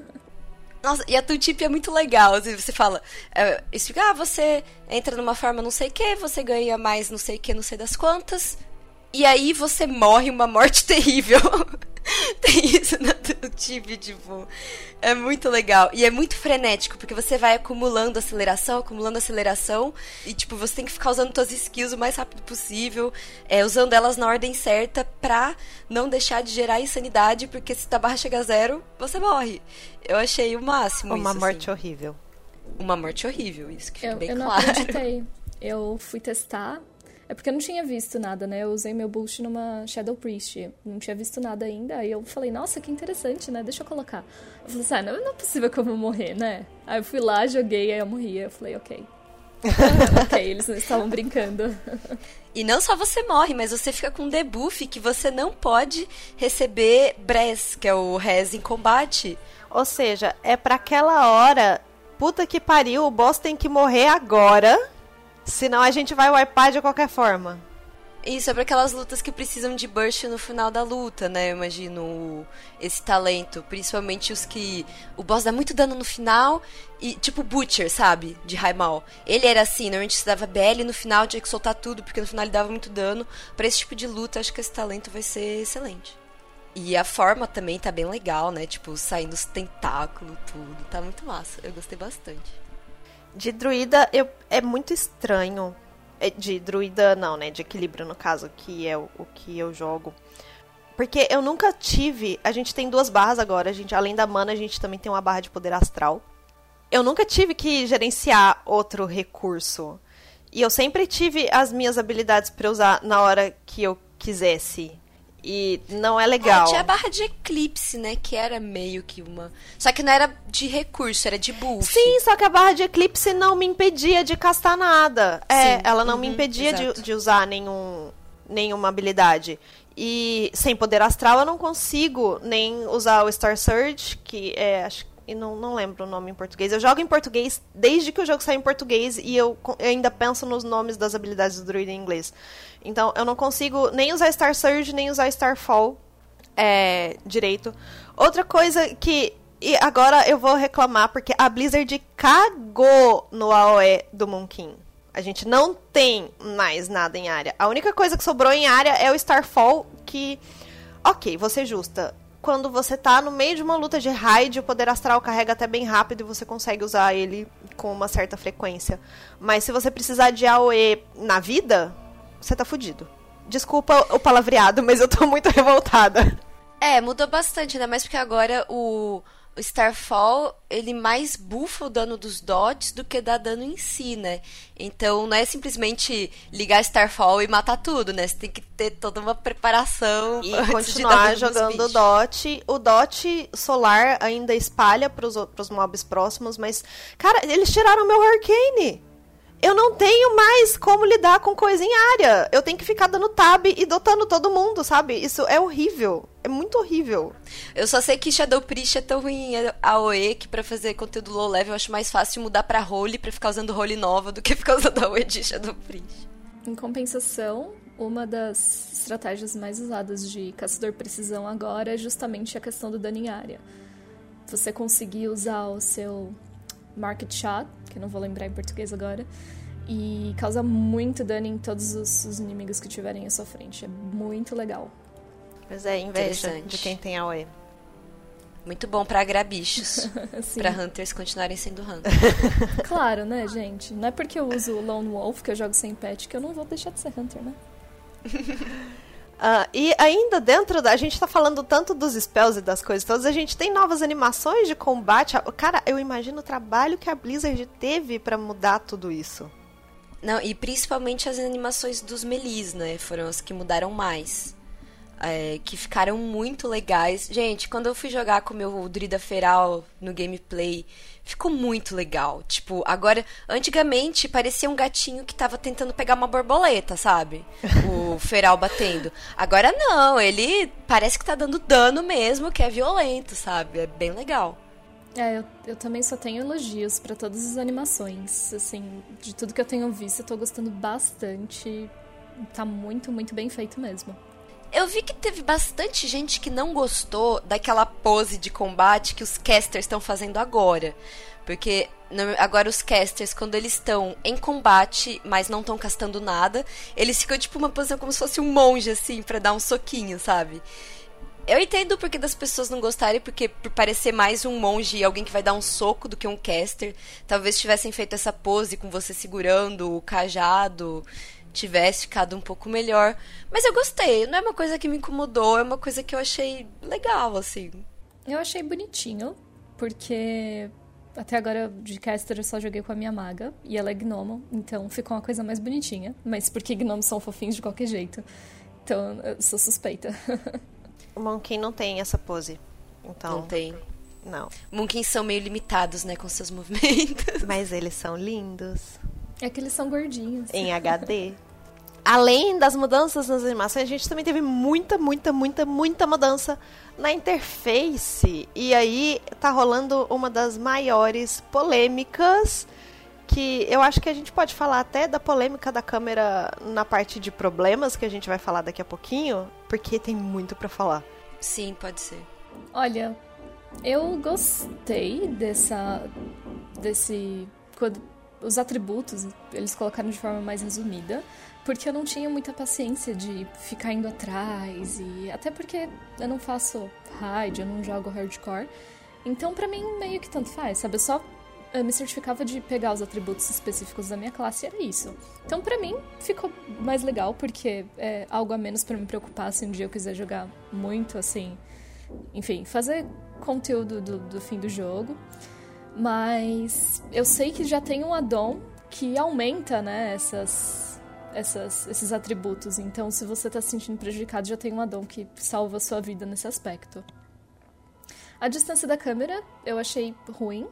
Nossa, e a tooltip é muito legal. Você fala, é, ah, você entra numa forma não sei o que, você ganha mais não sei o que, não sei das quantas, e aí você morre uma morte terrível. Tem isso na tooltip, tipo, é muito legal. E é muito frenético, porque você vai acumulando aceleração, acumulando aceleração, e, tipo, você tem que ficar usando suas skills o mais rápido possível, é, usando elas na ordem certa pra não deixar de gerar insanidade, porque se a barra chega a zero, você morre. Eu achei o máximo Uma isso, morte assim. horrível. Uma morte horrível, isso que fica eu, bem eu claro. Eu não acreditei. Eu fui testar... É porque eu não tinha visto nada, né? Eu usei meu boost numa Shadow Priest. Não tinha visto nada ainda. Aí eu falei, nossa, que interessante, né? Deixa eu colocar. Eu falei assim, ah, não, não é possível que eu vou morrer, né? Aí eu fui lá, joguei, aí eu morri. Eu falei, ok. Ok, eles não estavam brincando. E não só você morre, mas você fica com um debuff que você não pode receber Brez, que é o Res em combate. Ou seja, é pra aquela hora, puta que pariu, o boss tem que morrer agora... Senão a gente vai wipar de qualquer forma. Isso, é pra aquelas lutas que precisam de burst no final da luta, né? Eu imagino esse talento. Principalmente os que... O boss dá muito dano no final. E tipo Butcher, sabe? De Raimal. Ele era assim, normalmente você dava B L no final, tinha que soltar tudo, porque no final ele dava muito dano. Pra esse tipo de luta, acho que esse talento vai ser excelente. E a forma também tá bem legal, né? Tipo, saindo os tentáculos, tudo. Tá muito massa. Eu gostei bastante. De druida, eu, é muito estranho. De druida, não, né? De equilíbrio, no caso, que é o, o que eu jogo. Porque eu nunca tive... A gente tem duas barras agora. A gente, além da mana, a gente também tem uma barra de poder astral. Eu nunca tive que gerenciar outro recurso. E eu sempre tive as minhas habilidades pra usar na hora que eu quisesse. E não é legal. É, tinha a barra de Eclipse, né? Que era meio que uma... Só que não era de recurso, era de buff. Sim, só que a barra de Eclipse não me impedia de castar nada. É, Sim. ela não Uhum, me impedia de, exato. de usar nenhum, nenhuma habilidade. E sem poder astral eu não consigo nem usar o Star Surge, que é... Acho, e não, não lembro o nome em português. Eu jogo em português desde que o jogo saiu em português e eu, eu ainda penso nos nomes das habilidades do druida em inglês. Então, eu não consigo nem usar Star Surge, nem usar Starfall é, direito. Outra coisa que... E agora eu vou reclamar, porque a Blizzard cagou no A O E do Moonkin. A gente não tem mais nada em área. A única coisa que sobrou em área é o Starfall, que... Ok, vou ser justa. Quando você tá no meio de uma luta de raid, o poder astral carrega até bem rápido e você consegue usar ele com uma certa frequência. Mas se você precisar de A O E na vida, você tá fudido. Desculpa o palavreado, mas eu tô muito revoltada. É, mudou bastante, né? Mas porque agora o, o Starfall, ele mais buffa o dano dos dodges do que dá dano em si, né? Então não é simplesmente ligar Starfall e matar tudo, né? Você tem que ter toda uma preparação e antes continuar de dar jogando o dot. O dot solar ainda espalha pros, pros mobs próximos, mas, cara, eles tiraram meu Hurricane. eu não tenho mais como lidar com coisa em área. Eu tenho que ficar dando tab e dotando todo mundo, sabe? Isso é horrível. É muito horrível. Eu só sei que Shadow Priest é tão ruim em A O E que pra fazer conteúdo low level eu acho mais fácil mudar pra role pra ficar usando role nova do que ficar usando a A O E de Shadow Priest. Em compensação, uma das estratégias mais usadas de caçador precisão agora é justamente a questão do dano em área. Você conseguir usar o seu Market Shot, que eu não vou lembrar em português agora, e causar muito dano em todos os, os inimigos que tiverem à sua frente. É muito legal. Mas é inveja de quem tem A O E. Muito bom pra agrar bichos. Pra Hunters continuarem sendo Hunters. Claro, né, gente? Não é porque eu uso o Lone Wolf, que eu jogo sem pet, que eu não vou deixar de ser Hunter, né? Uh, e ainda dentro da... A gente tá falando tanto dos spells e das coisas todas, a gente tem novas animações de combate. Cara, eu imagino o trabalho que a Blizzard teve pra mudar tudo isso. Não, e principalmente as animações dos melis, né? Foram as que mudaram mais. É, que ficaram muito legais. Gente, quando eu fui jogar com o meu Druida Feral no gameplay, ficou muito legal. Tipo, agora, antigamente parecia um gatinho que tava tentando pegar uma borboleta, sabe? O Feral batendo. Agora não, ele parece que tá dando dano mesmo, que é violento, sabe? É bem legal. É, eu, eu também só tenho elogios pra todas as animações. Assim, de tudo que eu tenho visto, eu tô gostando bastante. Tá muito, muito bem feito mesmo. Eu vi que teve bastante gente que não gostou daquela pose de combate que os casters estão fazendo agora. Porque agora os casters, quando eles estão em combate, mas não estão castando nada, eles ficam tipo uma posição como se fosse um monge, assim, pra dar um soquinho, sabe? Eu entendo o porquê das pessoas não gostarem, porque por parecer mais um monge e alguém que vai dar um soco do que um caster, talvez tivessem feito essa pose com você segurando o cajado, tivesse ficado um pouco melhor. Mas eu gostei, não é uma coisa que me incomodou, é uma coisa que eu achei legal, assim. Eu achei bonitinho, porque até agora de caster eu só joguei com a minha maga, e ela é gnomo, então ficou uma coisa mais bonitinha, mas porque gnomos são fofinhos de qualquer jeito. Então eu sou suspeita. O Monkey não tem essa pose. Então... Não tem. Não. Monkeys são meio limitados, né, com seus movimentos. Mas eles são lindos. É que eles são gordinhos. Em H D. Além das mudanças nas animações, a gente também teve muita, muita, muita, muita mudança na interface. E aí tá rolando uma das maiores polêmicas, que eu acho que a gente pode falar até da polêmica da câmera na parte de problemas, que a gente vai falar daqui a pouquinho, porque tem muito pra falar. Sim, pode ser. Olha, eu gostei dessa... desse... quando os atributos, eles colocaram de forma mais resumida, porque eu não tinha muita paciência de ficar indo atrás, e até porque eu não faço raid, eu não jogo hardcore, então pra mim meio que tanto faz, sabe? Eu só eu me certificava de pegar os atributos específicos da minha classe e era isso. Então pra mim ficou mais legal, porque é algo a menos pra me preocupar se um dia eu quiser jogar muito, assim, enfim, fazer conteúdo do, do fim do jogo. Mas eu sei que já tem um add-on que aumenta, né, essas, essas, esses atributos. Então, se você está se sentindo prejudicado, já tem um add-on que salva a sua vida nesse aspecto. A distância da câmera eu achei ruim,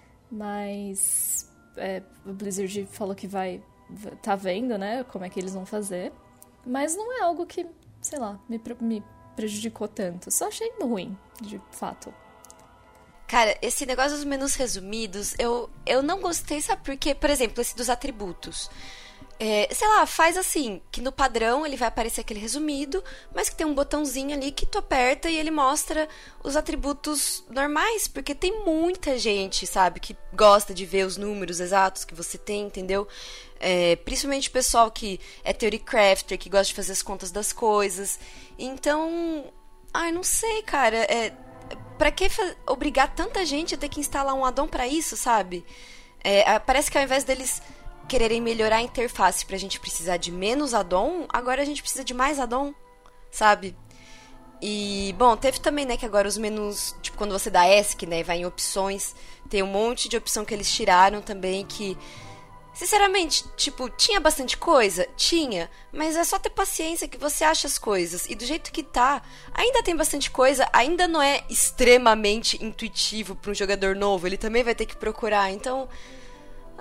mas é, o Blizzard falou que vai tá vendo, né, como é que eles vão fazer. Mas não é algo que, sei lá, me, me prejudicou tanto. Só achei ruim, de fato. Cara, esse negócio dos menus resumidos, eu, eu não gostei, sabe por quê? Por exemplo, esse dos atributos. É, sei lá, faz assim, que no padrão ele vai aparecer aquele resumido, mas que tem um botãozinho ali que tu aperta e ele mostra os atributos normais, porque tem muita gente, sabe, que gosta de ver os números exatos que você tem, entendeu? É, principalmente o pessoal que é theory crafter, que gosta de fazer as contas das coisas. Então, ai, não sei, cara, é... Pra que fa- obrigar tanta gente a ter que instalar um add-on pra isso, sabe? É, parece que ao invés deles quererem melhorar a interface pra gente precisar de menos add-on, agora a gente precisa de mais add-on, sabe? E, bom, teve também, né, que agora os menus, tipo, quando você dá ESC, né, vai em opções, tem um monte de opção que eles tiraram também que... Sinceramente, tipo, tinha bastante coisa? Tinha, mas é só ter paciência que você acha as coisas. E do jeito que tá, ainda tem bastante coisa, ainda não é extremamente intuitivo para um jogador novo, ele também vai ter que procurar. Então,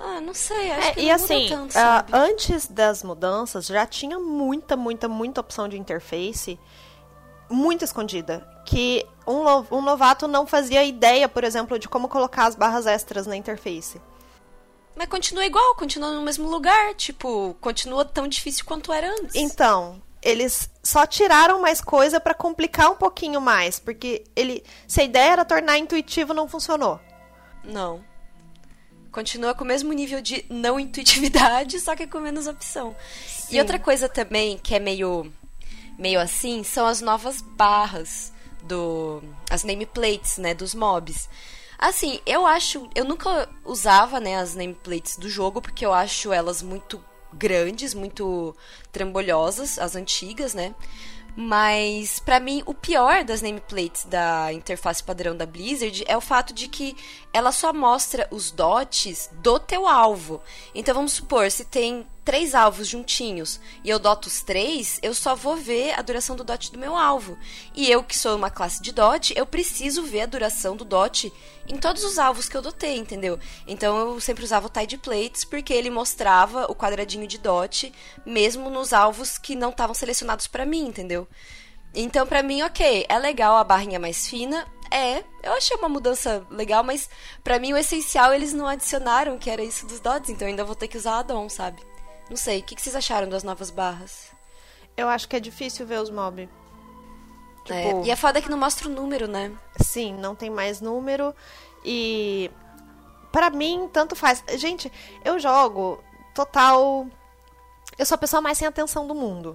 Ah, não sei, acho É, que e não assim, muda tanto, uh, sabe? antes das mudanças, já tinha muita, muita, muita opção de interface, muito escondida, que um, no- um novato não fazia ideia, por exemplo, de como colocar as barras extras na interface. Mas continua igual, continua no mesmo lugar, tipo, continua tão difícil quanto era antes. Então, eles só tiraram mais coisa pra complicar um pouquinho mais, porque ele, se a ideia era tornar intuitivo, não funcionou. Não. Continua com o mesmo nível de não intuitividade, só que com menos opção. Sim. E outra coisa também que é meio, meio assim, são as novas barras do... as nameplates, né, dos mobs. Assim, eu acho... Eu nunca usava, né, as nameplates do jogo, porque eu acho elas muito grandes, muito trambolhosas, as antigas, né? Mas, pra mim, o pior das nameplates da interface padrão da Blizzard é o fato de que ela só mostra os dots do teu alvo. Então, vamos supor, se tem três alvos juntinhos e eu doto os três, eu só vou ver a duração do dot do meu alvo. E eu, que sou uma classe de dot, eu preciso ver a duração do dot em todos os alvos que eu dotei, entendeu? Então, eu sempre usava o Tide Plates porque ele mostrava o quadradinho de dot mesmo nos alvos que não estavam selecionados pra mim, entendeu? Então, pra mim, ok, é legal a barrinha mais fina, é, eu achei uma mudança legal, mas pra mim o essencial eles não adicionaram, que era isso dos dots, então eu ainda vou ter que usar add-on, sabe? Não sei, o que que vocês acharam das novas barras? Eu acho que é difícil ver os mob. Tipo, É, e é foda que não mostra o número, né? sim, não tem mais número. E pra mim, tanto faz. Gente, eu jogo total... Eu sou a pessoa mais sem atenção do mundo.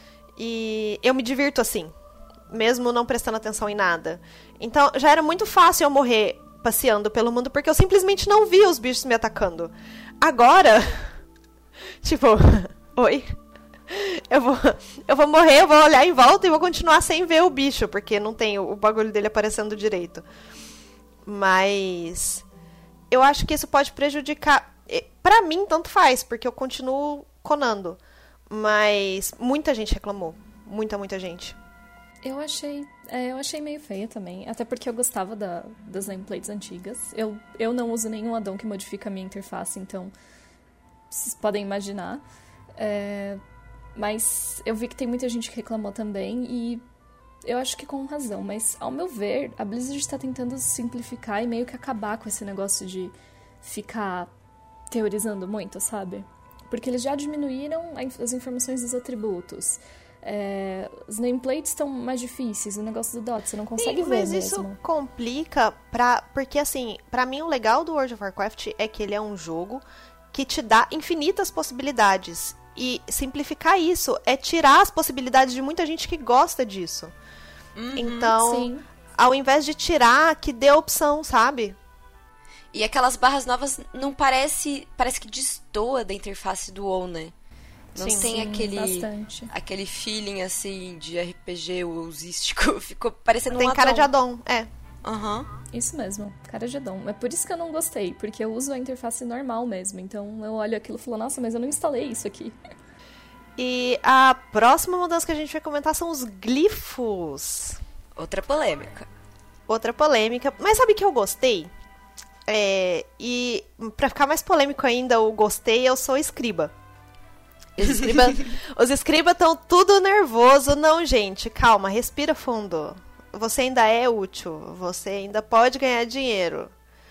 E eu me divirto assim, mesmo não prestando atenção em nada. Então, já era muito fácil eu morrer passeando pelo mundo, porque eu simplesmente não via os bichos me atacando. Agora, tipo, oi? Eu vou, eu vou morrer, eu vou olhar em volta e vou continuar sem ver o bicho, porque não tem o, o bagulho dele aparecendo direito. Mas eu acho que isso pode prejudicar. Pra mim, tanto faz, porque eu continuo conando. Mas muita gente reclamou. Muita, muita gente. Eu achei, é, eu achei meio feia também. Até porque eu gostava da, das nameplates antigas. Eu, eu não uso nenhum addon que modifica a minha interface, então vocês podem imaginar. É, mas eu vi que tem muita gente que reclamou também e eu acho que com razão. Mas, ao meu ver, a Blizzard está tentando simplificar e meio que acabar com esse negócio de ficar teorizando muito, sabe? Porque eles já diminuíram as informações dos atributos. É, os nameplates estão mais difíceis, o negócio do dot, você não consegue Sim, ver mas mesmo. isso complica pra... Porque, assim, pra mim o legal do World of Warcraft é que ele é um jogo que te dá infinitas possibilidades. E simplificar isso é tirar as possibilidades de muita gente que gosta disso. Uhum, então, sim. ao invés de tirar, que dê opção, sabe? E aquelas barras novas não parece... Parece que destoa da interface do WoW, né? Não Sim, tem sim, aquele, bastante. aquele feeling, assim, de R P G usístico. Ficou parecendo Tem um cara addon. de addon, é. Aham. Isso mesmo, cara de addon. É por isso que eu não gostei, porque eu uso a interface normal mesmo. Então eu olho aquilo e falo, nossa, mas eu não instalei isso aqui. E a próxima mudança que a gente vai comentar são os glifos. Outra polêmica. Outra polêmica. Mas sabe que eu gostei? É, e pra ficar mais polêmico ainda, o gostei, eu sou escriba. Os escriba os escriba estão tudo nervoso. Não, gente, calma, respira fundo. Você ainda é útil, você ainda pode ganhar dinheiro.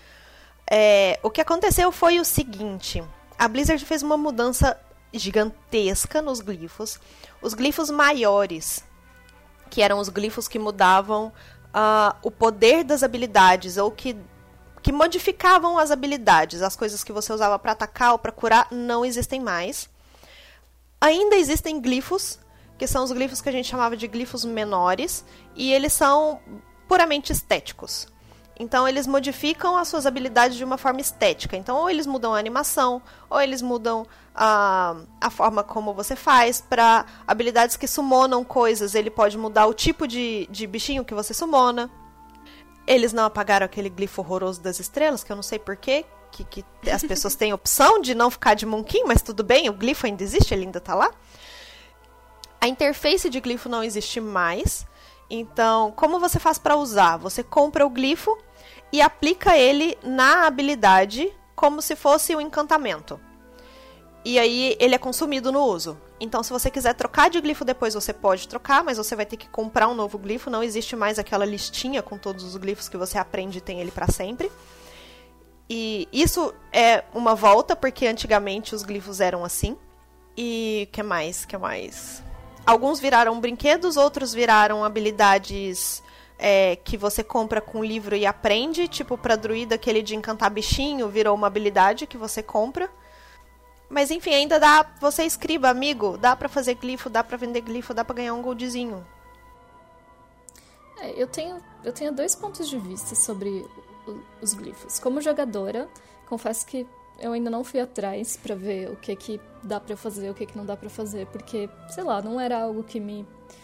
É, o que aconteceu foi o seguinte: a Blizzard fez uma mudança gigantesca nos glifos. Os glifos maiores, que eram os glifos que mudavam uh, o poder das habilidades, ou que, que modificavam as habilidades, as coisas que você usava para atacar ou para curar, não existem mais. Ainda existem glifos, que são os glifos que a gente chamava de glifos menores, e eles são puramente estéticos. Então, eles modificam as suas habilidades de uma forma estética. Então, ou eles mudam a animação, ou eles mudam a, a forma como você faz. Para habilidades que summonam coisas, ele pode mudar o tipo de, de bichinho que você summona. Eles não apagaram aquele glifo horroroso das estrelas, que eu não sei porquê, que, que as pessoas têm opção de não ficar de Moon King, mas tudo bem, o glifo ainda existe, ele ainda tá lá. A interface de glifo não existe mais. Então, como você faz para usar? Você compra o glifo e aplica ele na habilidade como se fosse um encantamento. E aí ele é consumido no uso. Então, se você quiser trocar de glifo depois, você pode trocar, mas você vai ter que comprar um novo glifo. Não existe mais aquela listinha com todos os glifos que você aprende e tem ele pra sempre. E isso é uma volta, porque antigamente os glifos eram assim. E que mais? Que mais? Alguns viraram brinquedos, outros viraram habilidades é, que você compra com o livro e aprende. Tipo, pra druida, aquele de encantar bichinho virou uma habilidade que você compra. Mas enfim, ainda dá, você escriba, amigo, dá pra fazer glifo, dá pra vender glifo, dá pra ganhar um goldzinho. É, eu tenho, eu tenho dois pontos de vista sobre o, os glifos. Como jogadora, confesso que eu ainda não fui atrás pra ver o que que dá pra fazer, o que que não dá pra fazer, porque, sei lá, não era algo que me...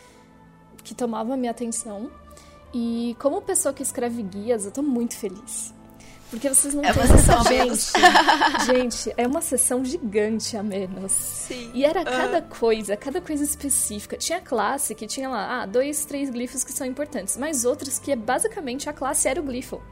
que tomava a minha atenção. E como pessoa que escreve guias, eu tô muito feliz. Porque vocês não é têm noção, gente. Gente, é uma sessão gigante a menos. Sim. E era cada uh. coisa, cada coisa específica. Tinha classe que tinha lá, ah, dois, três glifos que são importantes. Mas outros que é basicamente a classe era o glifo.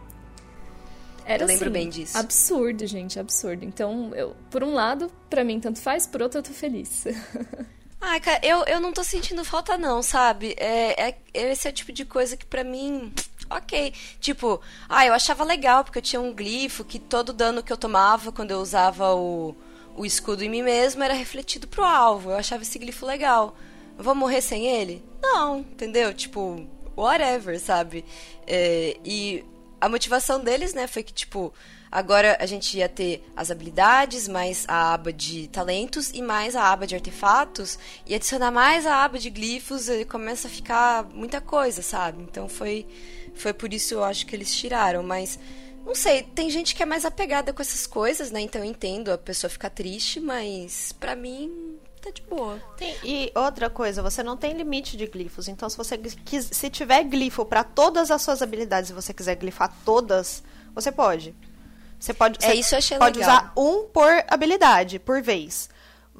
Era, eu lembro assim, bem disso. Absurdo, gente, absurdo. Então, eu, por um lado, pra mim tanto faz, por outro eu tô feliz. Ai, cara, eu, eu não tô sentindo falta não, sabe? É, é, esse é o tipo de coisa que pra mim... Ok, tipo, ah, eu achava legal porque eu tinha um glifo que todo dano que eu tomava quando eu usava o, o escudo em mim mesmo era refletido pro alvo. Eu achava esse glifo legal. Eu vou morrer sem ele? Não, entendeu? Tipo, whatever, sabe? É, e a motivação deles, né, foi que, tipo, agora a gente ia ter as habilidades, mais a aba de talentos e mais a aba de artefatos. E adicionar mais a aba de glifos, e começa a ficar muita coisa, sabe? Então foi... Foi por isso eu acho que eles tiraram, mas não sei, tem gente que é mais apegada com essas coisas, né? Então eu entendo a pessoa ficar triste, mas pra mim tá de boa. Tem, e outra coisa, você não tem limite de glifos, então se você quis, se tiver glifo pra todas as suas habilidades e você quiser glifar todas, você pode. Você pode, é, você isso eu achei pode legal. usar um por habilidade, por vez.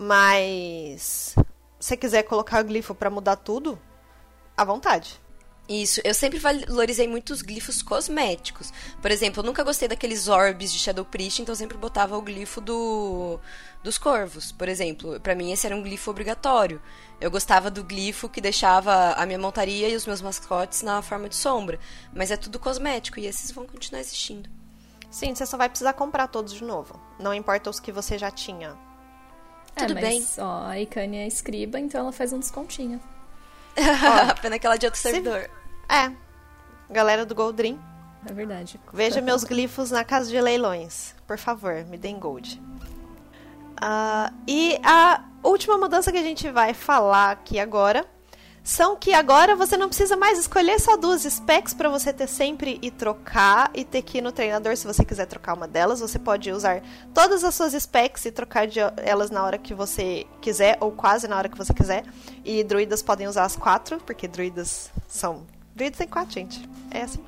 Mas se você quiser colocar glifo pra mudar tudo, à vontade. Isso, eu sempre valorizei muito os glifos cosméticos. Por exemplo, eu nunca gostei daqueles orbes de Shadow Priest, então eu sempre botava o glifo do, dos corvos, por exemplo. Pra mim esse era um glifo obrigatório. Eu gostava do glifo que deixava a minha montaria e os meus mascotes na forma de sombra. Mas é tudo cosmético e esses vão continuar existindo. Sim, você só vai precisar comprar todos de novo. Não importa os que você já tinha. É, Tudo mas, bem. Ó, a Icane é escriba, então ela faz um descontinho. Ó, pena que ela é de outro se... servidor. É, galera do Goldrim. É verdade. Veja meus glifos na casa de leilões. Por favor, me deem gold. Uh, e a última mudança que a gente vai falar aqui agora são que agora você não precisa mais escolher só duas specs para você ter sempre e trocar e ter que ir no treinador se você quiser trocar uma delas. Você pode usar todas as suas specs e trocar de elas na hora que você quiser, ou quase na hora que você quiser. E druidas podem usar as quatro, porque druidas são... Druidas tem quatro, gente. É assim.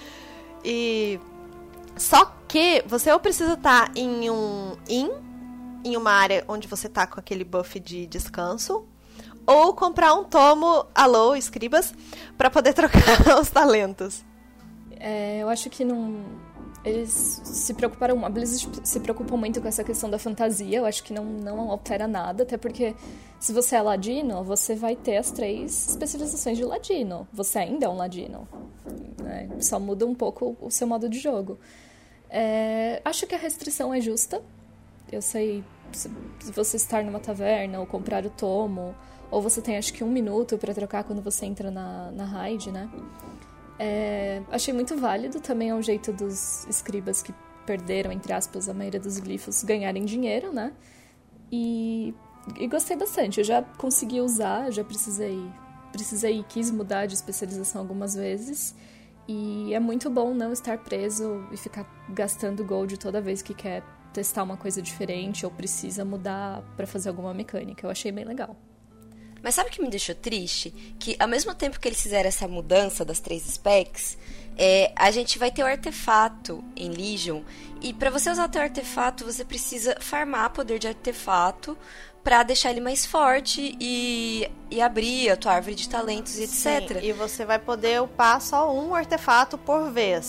E... Só que você ou precisa estar em um in, em uma área onde você tá com aquele buff de descanso, ou comprar um tomo, alô, escribas, pra poder trocar os talentos. É, eu acho que não... Eles se preocuparam... A Blizzard se preocupam muito com essa questão da fantasia. Eu acho que não, não altera nada, até porque se você é ladino, você vai ter as três especializações de ladino. Você ainda é um ladino. Né? Só muda um pouco o seu modo de jogo. É, acho que a restrição é justa. Eu sei, se, se você estar numa taverna ou comprar o tomo, ou você tem acho que um minuto pra trocar quando você entra na, na raid, né? É, achei muito válido, também é um jeito dos escribas que perderam, entre aspas, a maioria dos glifos ganharem dinheiro, né? E, e gostei bastante, eu já consegui usar, eu já precisei, precisei e quis mudar de especialização algumas vezes. E é muito bom não estar preso e ficar gastando gold toda vez que quer testar uma coisa diferente ou precisa mudar pra fazer alguma mecânica. Eu achei bem legal. Mas sabe o que me deixou triste? Que ao mesmo tempo que eles fizeram essa mudança das três specs, é, a gente vai ter o artefato em Legion. E pra você usar o teu artefato, você precisa farmar poder de artefato pra deixar ele mais forte e, e abrir a tua árvore de talentos e etcétera. Sim, e você vai poder upar só um artefato por vez.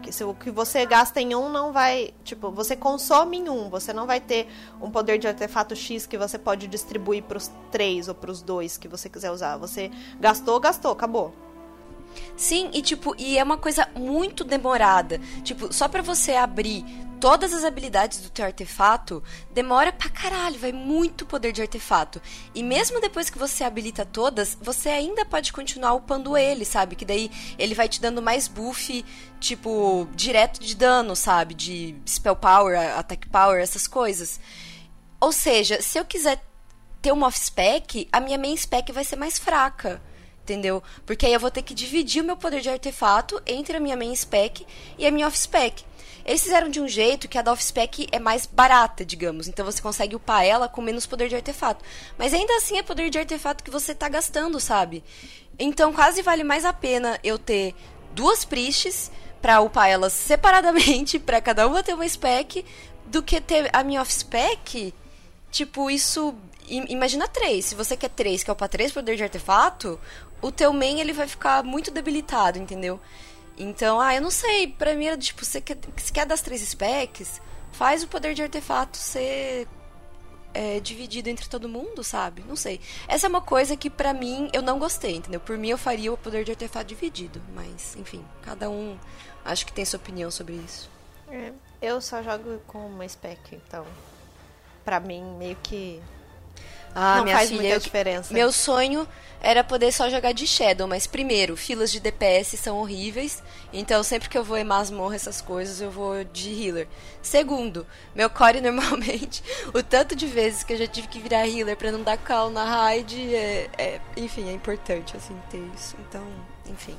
Que se o que você gasta em um não vai... Tipo, você consome em um. Você não vai ter um poder de artefato X que você pode distribuir pros três ou pros dois que você quiser usar. Você gastou, gastou, acabou. Sim, e tipo, e é uma coisa muito demorada. Tipo, só pra você abrir todas as habilidades do teu artefato, demora pra caralho, vai muito poder de artefato. E mesmo depois que você habilita todas, você ainda pode continuar upando ele, sabe? Que daí ele vai te dando mais buff, tipo, direto de dano, sabe? De spell power, attack power, essas coisas. Ou seja, se eu quiser ter uma off-spec, a minha main spec vai ser mais fraca. Entendeu? Porque aí eu vou ter que dividir o meu poder de artefato entre a minha main spec e a minha off-spec. Eles fizeram de um jeito que a da off-spec é mais barata, digamos. Então você consegue upar ela com menos poder de artefato. Mas ainda assim é poder de artefato que você tá gastando, sabe? Então quase vale mais a pena eu ter duas priests pra upar elas separadamente, pra cada uma ter uma spec, do que ter a minha off-spec. Tipo, isso... Imagina três. Se você quer três, quer upar três poder de artefato, o teu main ele vai ficar muito debilitado, entendeu? Então, ah, eu não sei. Pra mim era tipo, você quer, se quer das três specs, faz o poder de artefato ser é, dividido entre todo mundo, sabe? Não sei. Essa é uma coisa que pra mim eu não gostei, entendeu? Por mim eu faria o poder de artefato dividido. Mas, enfim, cada um acho que tem sua opinião sobre isso. É, eu só jogo com uma spec, então pra mim meio que... Ah, não minha faz filha, muita eu, diferença. Meu sonho era poder só jogar de Shadow, mas primeiro, filas de D P S são horríveis, então sempre que eu vou em masmorra, essas coisas, eu vou de healer. Segundo, meu core normalmente, o tanto de vezes que eu já tive que virar healer pra não dar call na raid, é, é, enfim, é importante, assim, ter isso. Então, enfim.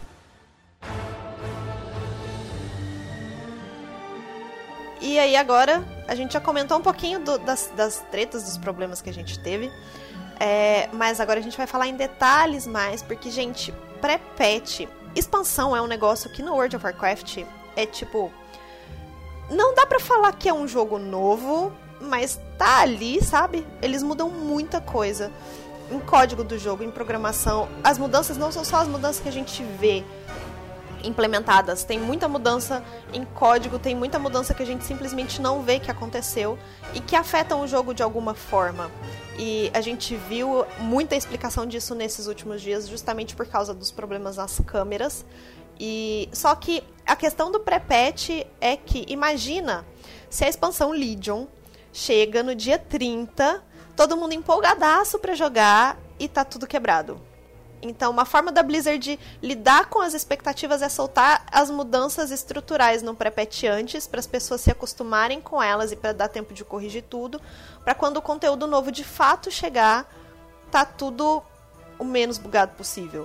E aí agora, a gente já comentou um pouquinho do, das, das tretas, dos problemas que a gente teve. É, mas agora a gente vai falar em detalhes mais, porque, gente, pré-patch, expansão é um negócio que no World of Warcraft é tipo... Não dá pra falar que é um jogo novo, mas tá ali, sabe? Eles mudam muita coisa em código do jogo, em programação. As mudanças não são só as mudanças que a gente vê implementadas, tem muita mudança em código, tem muita mudança que a gente simplesmente não vê que aconteceu e que afetam o jogo de alguma forma. E a gente viu muita explicação disso nesses últimos dias, justamente por causa dos problemas nas câmeras. E só que a questão do pré-patch é que, imagina se a expansão Legion chega no dia trinta, todo mundo empolgadaço pra jogar e tá tudo quebrado. Então, uma forma da Blizzard lidar com as expectativas é soltar as mudanças estruturais no pré-patch antes, para as pessoas se acostumarem com elas e para dar tempo de corrigir tudo, para quando o conteúdo novo de fato chegar, tá tudo o menos bugado possível.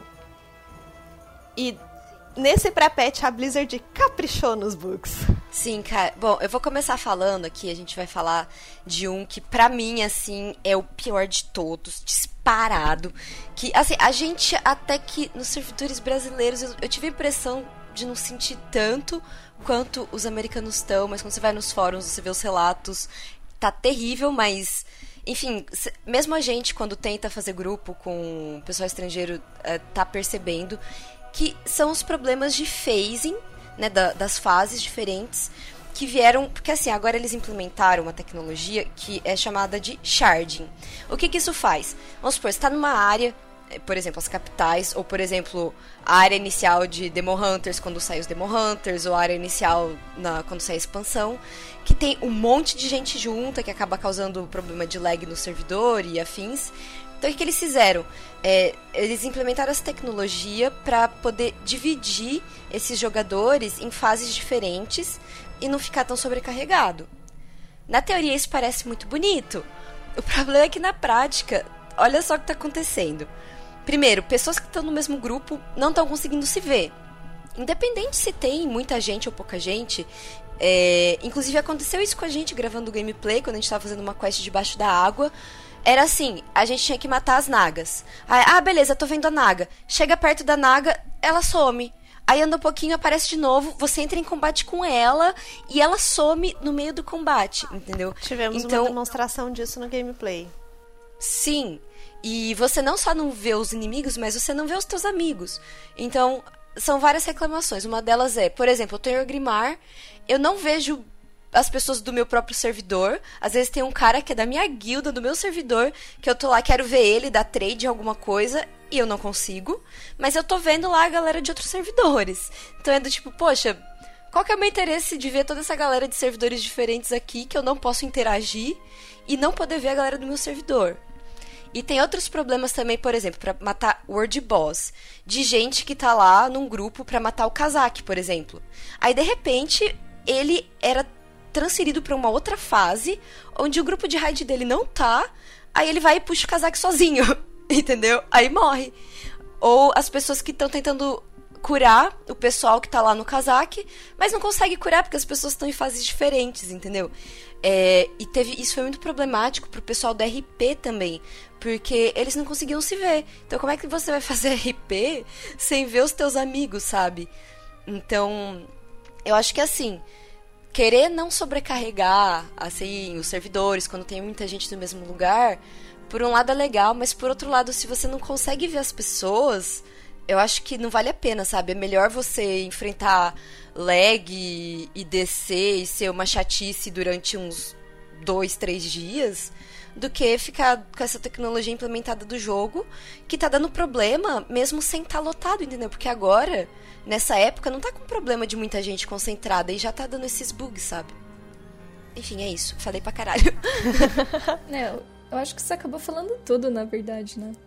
E nesse pré-patch, a Blizzard caprichou nos bugs. Sim, cara. Bom, eu vou começar falando aqui, a gente vai falar de um que pra mim, assim, é o pior de todos, disparado. Que, assim, a gente até que nos servidores brasileiros, eu, eu tive a impressão de não sentir tanto quanto os americanos estão, mas quando você vai nos fóruns, você vê os relatos, tá terrível, mas... Enfim, mesmo a gente, quando tenta fazer grupo com o pessoal estrangeiro, é, tá percebendo que são os problemas de phasing, né, da, das fases diferentes que vieram, porque assim, agora eles implementaram uma tecnologia que é chamada de sharding. O que que isso faz? Vamos supor, você está numa área, por exemplo, as capitais, ou por exemplo, a área inicial de Demo Hunters, quando sai os Demo Hunters, ou a área inicial na, quando sai a expansão, que tem um monte de gente junta, que acaba causando problema de lag no servidor e afins. Então, o que eles fizeram? É, eles implementaram essa tecnologia para poder dividir esses jogadores em fases diferentes e não ficar tão sobrecarregado. Na teoria, isso parece muito bonito. O problema é que, na prática, olha só o que está acontecendo. Primeiro, pessoas que estão no mesmo grupo não estão conseguindo se ver. Independente se tem muita gente ou pouca gente... É, inclusive, aconteceu isso com a gente gravando o gameplay, quando a gente estava fazendo uma quest debaixo da água. Era assim, a gente tinha que matar as nagas. Aí, ah, beleza, tô vendo a naga. Chega perto da naga, ela some. Aí anda um pouquinho, aparece de novo, você entra em combate com ela e ela some no meio do combate, entendeu? Tivemos então, uma demonstração disso no gameplay. Sim, e você não só não vê os inimigos, mas você não vê os teus amigos. Então, são várias reclamações. Uma delas é, por exemplo, eu tenho o Grimar, eu não vejo as pessoas do meu próprio servidor. Às vezes tem um cara que é da minha guilda, do meu servidor, que eu tô lá, quero ver ele dar trade em alguma coisa, e eu não consigo. Mas eu tô vendo lá a galera de outros servidores. Então é do tipo, poxa, qual que é o meu interesse de ver toda essa galera de servidores diferentes aqui, que eu não posso interagir, e não poder ver a galera do meu servidor? E tem outros problemas também, por exemplo, pra matar World Boss, de gente que tá lá num grupo pra matar o Kazak, por exemplo. Aí, de repente, ele era transferido pra uma outra fase, onde o grupo de raid dele não tá, aí ele vai e puxa o Kazak sozinho, entendeu? Aí morre. Ou as pessoas que estão tentando curar o pessoal que tá lá no Kazak, mas não consegue curar porque as pessoas estão em fases diferentes, entendeu? É, e teve, isso foi muito problemático pro pessoal do R P também, porque eles não conseguiam se ver. Então como é que você vai fazer R P sem ver os teus amigos, sabe? Então, eu acho que assim, querer não sobrecarregar assim, os servidores quando tem muita gente no mesmo lugar, por um lado é legal, mas por outro lado, se você não consegue ver as pessoas, eu acho que não vale a pena, sabe? É melhor você enfrentar lag e descer e ser uma chatice durante uns dois, três dias, do que ficar com essa tecnologia implementada do jogo, que tá dando problema mesmo sem estar lotado, entendeu? Porque agora, nessa época, não tá com problema de muita gente concentrada e já tá dando esses bugs, sabe? Enfim, é isso. Falei pra caralho. É, eu acho que você acabou falando tudo, na verdade, né?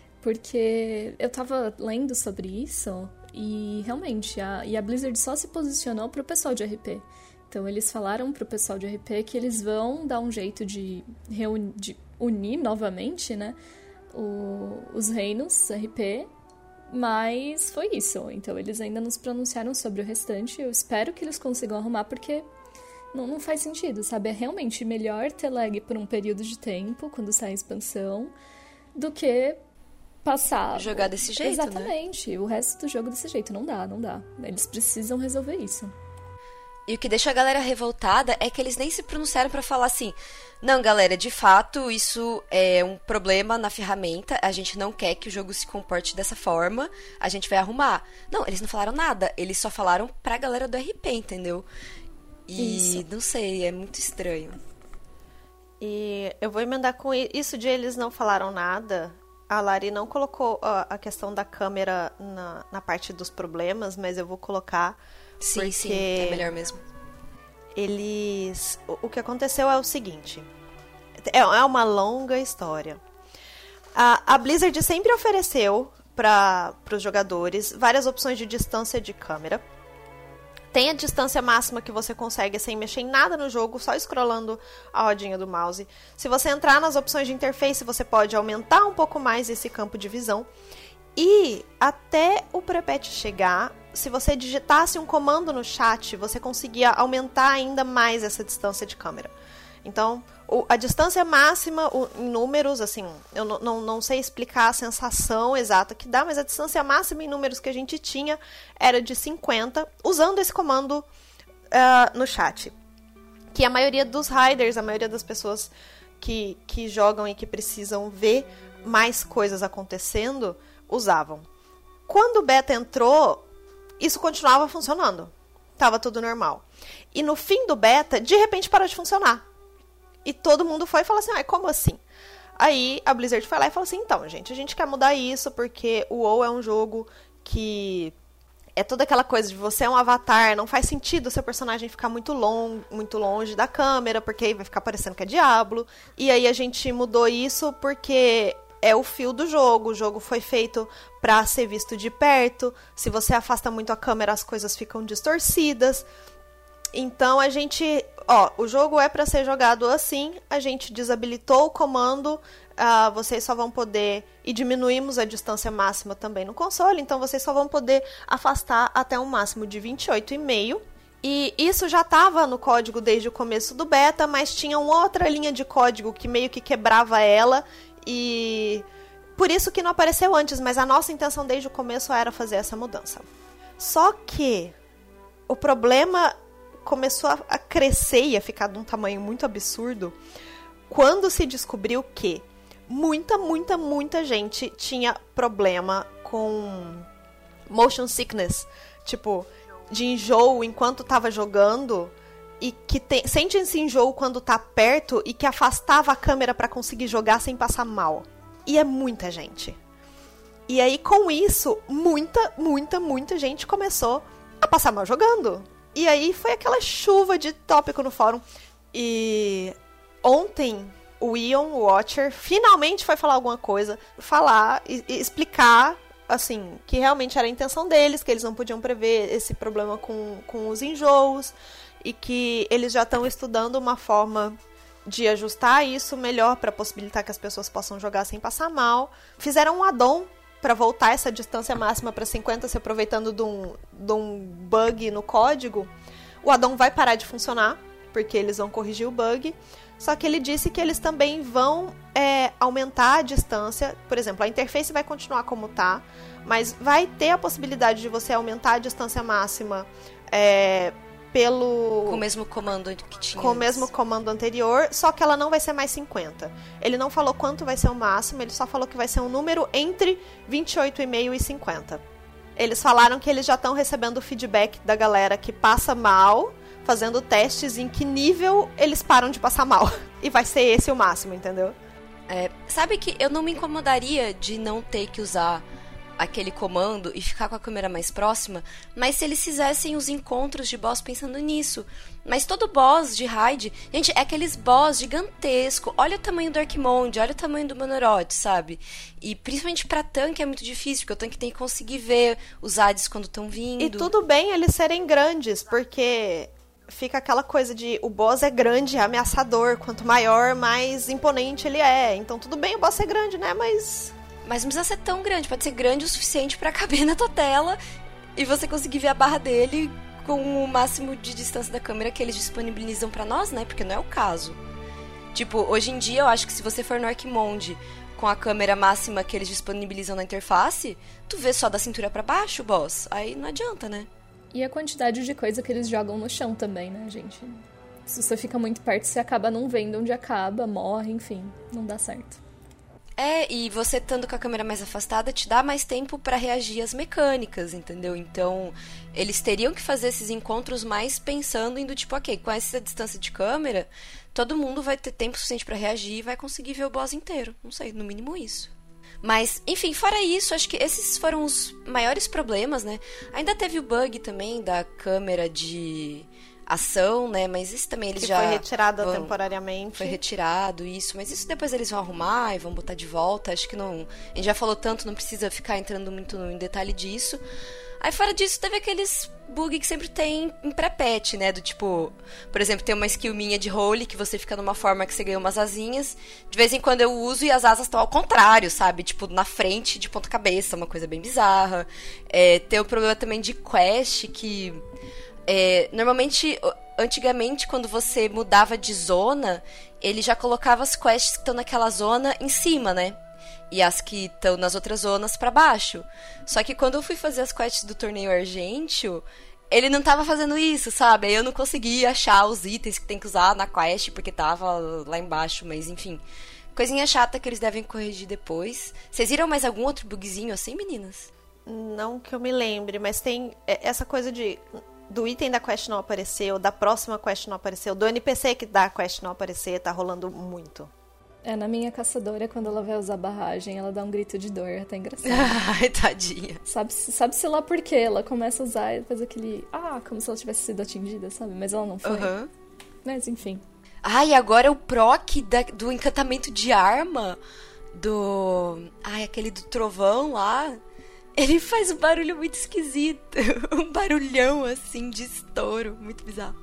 Porque eu tava lendo sobre isso e realmente, a, e a Blizzard só se posicionou pro pessoal de R P. Então eles falaram pro pessoal de R P que eles vão dar um jeito de, reuni, de unir novamente, né, o, os reinos R P, mas foi isso. Então eles ainda nos pronunciaram sobre o restante. Eu espero que eles consigam arrumar, porque não, não faz sentido, sabe? É realmente melhor ter lag por um período de tempo, quando sai a expansão, do que passar... jogar desse jeito, exatamente, né? O resto do jogo desse jeito. Não dá, não dá. Eles precisam resolver isso. E o que deixa a galera revoltada é que eles nem se pronunciaram pra falar assim, não, galera, de fato, isso é um problema na ferramenta, a gente não quer que o jogo se comporte dessa forma, a gente vai arrumar. Não, eles não falaram nada, eles só falaram pra galera do R P, entendeu? E isso, não sei, é muito estranho. E eu vou emendar com isso de eles não falaram nada. A Lari não colocou a questão da câmera na, na parte dos problemas, mas eu vou colocar. Sim, porque sim, é melhor mesmo. Eles... O que aconteceu é o seguinte. É uma longa história. A, a Blizzard sempre ofereceu para os jogadores várias opções de distância de câmera. Tem a distância máxima que você consegue sem mexer em nada no jogo, só scrollando a rodinha do mouse. Se você entrar nas opções de interface, você pode aumentar um pouco mais esse campo de visão. E até o pré-patch chegar, se você digitasse um comando no chat, você conseguia aumentar ainda mais essa distância de câmera. Então, o, a distância máxima, o, em números, assim, eu não, não, não sei explicar a sensação exata que dá, mas a distância máxima em números que a gente tinha era de cinquenta, usando esse comando uh, no chat. Que a maioria dos riders, a maioria das pessoas que, que jogam e que precisam ver mais coisas acontecendo, usavam. Quando o beta entrou, isso continuava funcionando. Tava tudo normal. E no fim do beta, de repente parou de funcionar. E todo mundo foi e falou assim, ah, como assim? Aí a Blizzard foi lá e falou assim, então, gente, a gente quer mudar isso porque o WoW é um jogo que é toda aquela coisa de você é um avatar, não faz sentido o seu personagem ficar muito, long, muito longe da câmera, porque aí vai ficar parecendo que é Diablo. E aí a gente mudou isso porque é o fio do jogo, o jogo foi feito para ser visto de perto, se você afasta muito a câmera as coisas ficam distorcidas. Então a gente, ó, o jogo é para ser jogado assim, a gente desabilitou o comando, uh, vocês só vão poder, e diminuímos a distância máxima também no console, então vocês só vão poder afastar até um máximo de vinte e oito e meio. E isso já estava no código desde o começo do beta, mas tinha uma outra linha de código que meio que quebrava ela, e por isso que não apareceu antes, mas a nossa intenção desde o começo era fazer essa mudança. Só que o problema começou a crescer e a ficar de um tamanho muito absurdo quando se descobriu que muita, muita, muita gente tinha problema com motion sickness, tipo, de enjoo enquanto tava jogando, e que te, sente esse enjoo quando tá perto e que afastava a câmera pra conseguir jogar sem passar mal. E é muita gente. E aí, com isso, muita, muita, muita gente começou a passar mal jogando. E aí foi aquela chuva de tópico no fórum. E ontem o Ion Watcher finalmente foi falar alguma coisa, falar e, e explicar, assim, que realmente era a intenção deles, que eles não podiam prever esse problema com, com os enjoos, e que eles já estão estudando uma forma de ajustar isso melhor para possibilitar que as pessoas possam jogar sem passar mal. Fizeram um add-on para voltar essa distância máxima para cinquenta, se aproveitando de um, de um bug no código. O add-on vai parar de funcionar, porque eles vão corrigir o bug. Só que ele disse que eles também vão é, aumentar a distância. Por exemplo, a interface vai continuar como tá, mas vai ter a possibilidade de você aumentar a distância máxima é, pelo... Com o mesmo comando que tinha. Com o mesmo comando anterior, só que ela não vai ser mais cinquenta. Ele não falou quanto vai ser o máximo, ele só falou que vai ser um número entre vinte e oito vírgula cinco e cinquenta. Eles falaram que eles já estão recebendo feedback da galera que passa mal, fazendo testes em que nível eles param de passar mal. E vai ser esse o máximo, entendeu? É, sabe que eu não me incomodaria de não ter que usar aquele comando e ficar com a câmera mais próxima, mas se eles fizessem os encontros de boss pensando nisso. Mas todo boss de raid, gente, é aqueles boss gigantesco. Olha o tamanho do Archimonde, olha o tamanho do Manoroth, sabe? E principalmente pra tanque é muito difícil, porque o tanque tem que conseguir ver os adds quando estão vindo. E tudo bem eles serem grandes, porque fica aquela coisa de o boss é grande, é ameaçador. Quanto maior, mais imponente ele é. Então tudo bem o boss é grande, né? Mas... Mas não precisa ser tão grande, pode ser grande o suficiente pra caber na tua tela e você conseguir ver a barra dele com o máximo de distância da câmera que eles disponibilizam pra nós, né? Porque não é o caso. Tipo, hoje em dia eu acho que se você for no Archimonde com a câmera máxima que eles disponibilizam na interface, tu vê só da cintura pra baixo, boss. Aí não adianta, né? E a quantidade de coisa que eles jogam no chão também, né, gente? Se você fica muito perto, você acaba não vendo onde acaba, morre, enfim, não dá certo. É, e você estando com a câmera mais afastada te dá mais tempo pra reagir às mecânicas, entendeu? Então, eles teriam que fazer esses encontros mais pensando em do tipo, ok, com essa distância de câmera, todo mundo vai ter tempo suficiente pra reagir e vai conseguir ver o boss inteiro. Não sei, no mínimo isso. Mas, enfim, fora isso, acho que esses foram os maiores problemas, né? Ainda teve o bug também da câmera de ação, né, mas isso também eles que já... foi retirado vão... temporariamente. Foi retirado, isso, mas isso depois eles vão arrumar e vão botar de volta, acho que não... A gente já falou tanto, não precisa ficar entrando muito em detalhe disso. Aí fora disso, teve aqueles bugs que sempre tem em pré-patch, né, do tipo... Por exemplo, tem uma skill minha de role que você fica numa forma que você ganha umas asinhas, de vez em quando eu uso e as asas estão ao contrário, sabe, tipo, na frente de ponta cabeça, uma coisa bem bizarra. É, tem o problema também de quest que... É, normalmente, antigamente, quando você mudava de zona, ele já colocava as quests que estão naquela zona em cima, né? E as que estão nas outras zonas pra baixo. Só que quando eu fui fazer as quests do torneio Argentio, ele não tava fazendo isso, sabe? Aí eu não conseguia achar os itens que tem que usar na quest, porque tava lá embaixo, mas enfim. Coisinha chata que eles devem corrigir depois. Vocês viram mais algum outro bugzinho assim, meninas? Não que eu me lembre, mas tem essa coisa de... do item da quest não apareceu, da próxima quest não apareceu, do N P C que da quest não aparecer, tá rolando muito. É, na minha caçadora, quando ela vai usar barragem, ela dá um grito de dor, até engraçado. Ai, tadinha. Sabe, sabe-se lá por quê? Ela começa a usar e faz aquele... Ah, como se ela tivesse sido atingida, sabe? Mas ela não foi. Uhum. Mas, enfim. Ai, agora o proc da, do encantamento de arma, do... Ai, aquele do trovão lá... Ele faz um barulho muito esquisito. Um barulhão, assim, de estouro. Muito bizarro.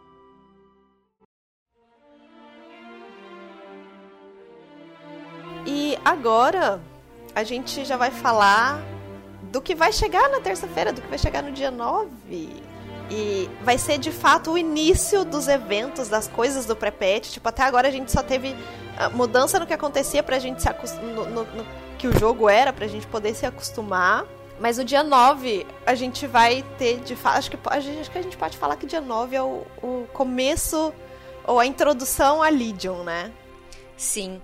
E agora, a gente já vai falar do que vai chegar na terça-feira, do que vai chegar no dia nove. E vai ser, de fato, o início dos eventos, das coisas do pré-patch. Tipo, até agora a gente só teve mudança no que acontecia pra gente se acostumar... No, no, no... que o jogo era, pra gente poder se acostumar. Mas no dia nove, a gente vai ter, de fato... Acho que, a gente, acho que a gente pode falar que dia nove é o, o começo, ou a introdução a Legion, né? Sim.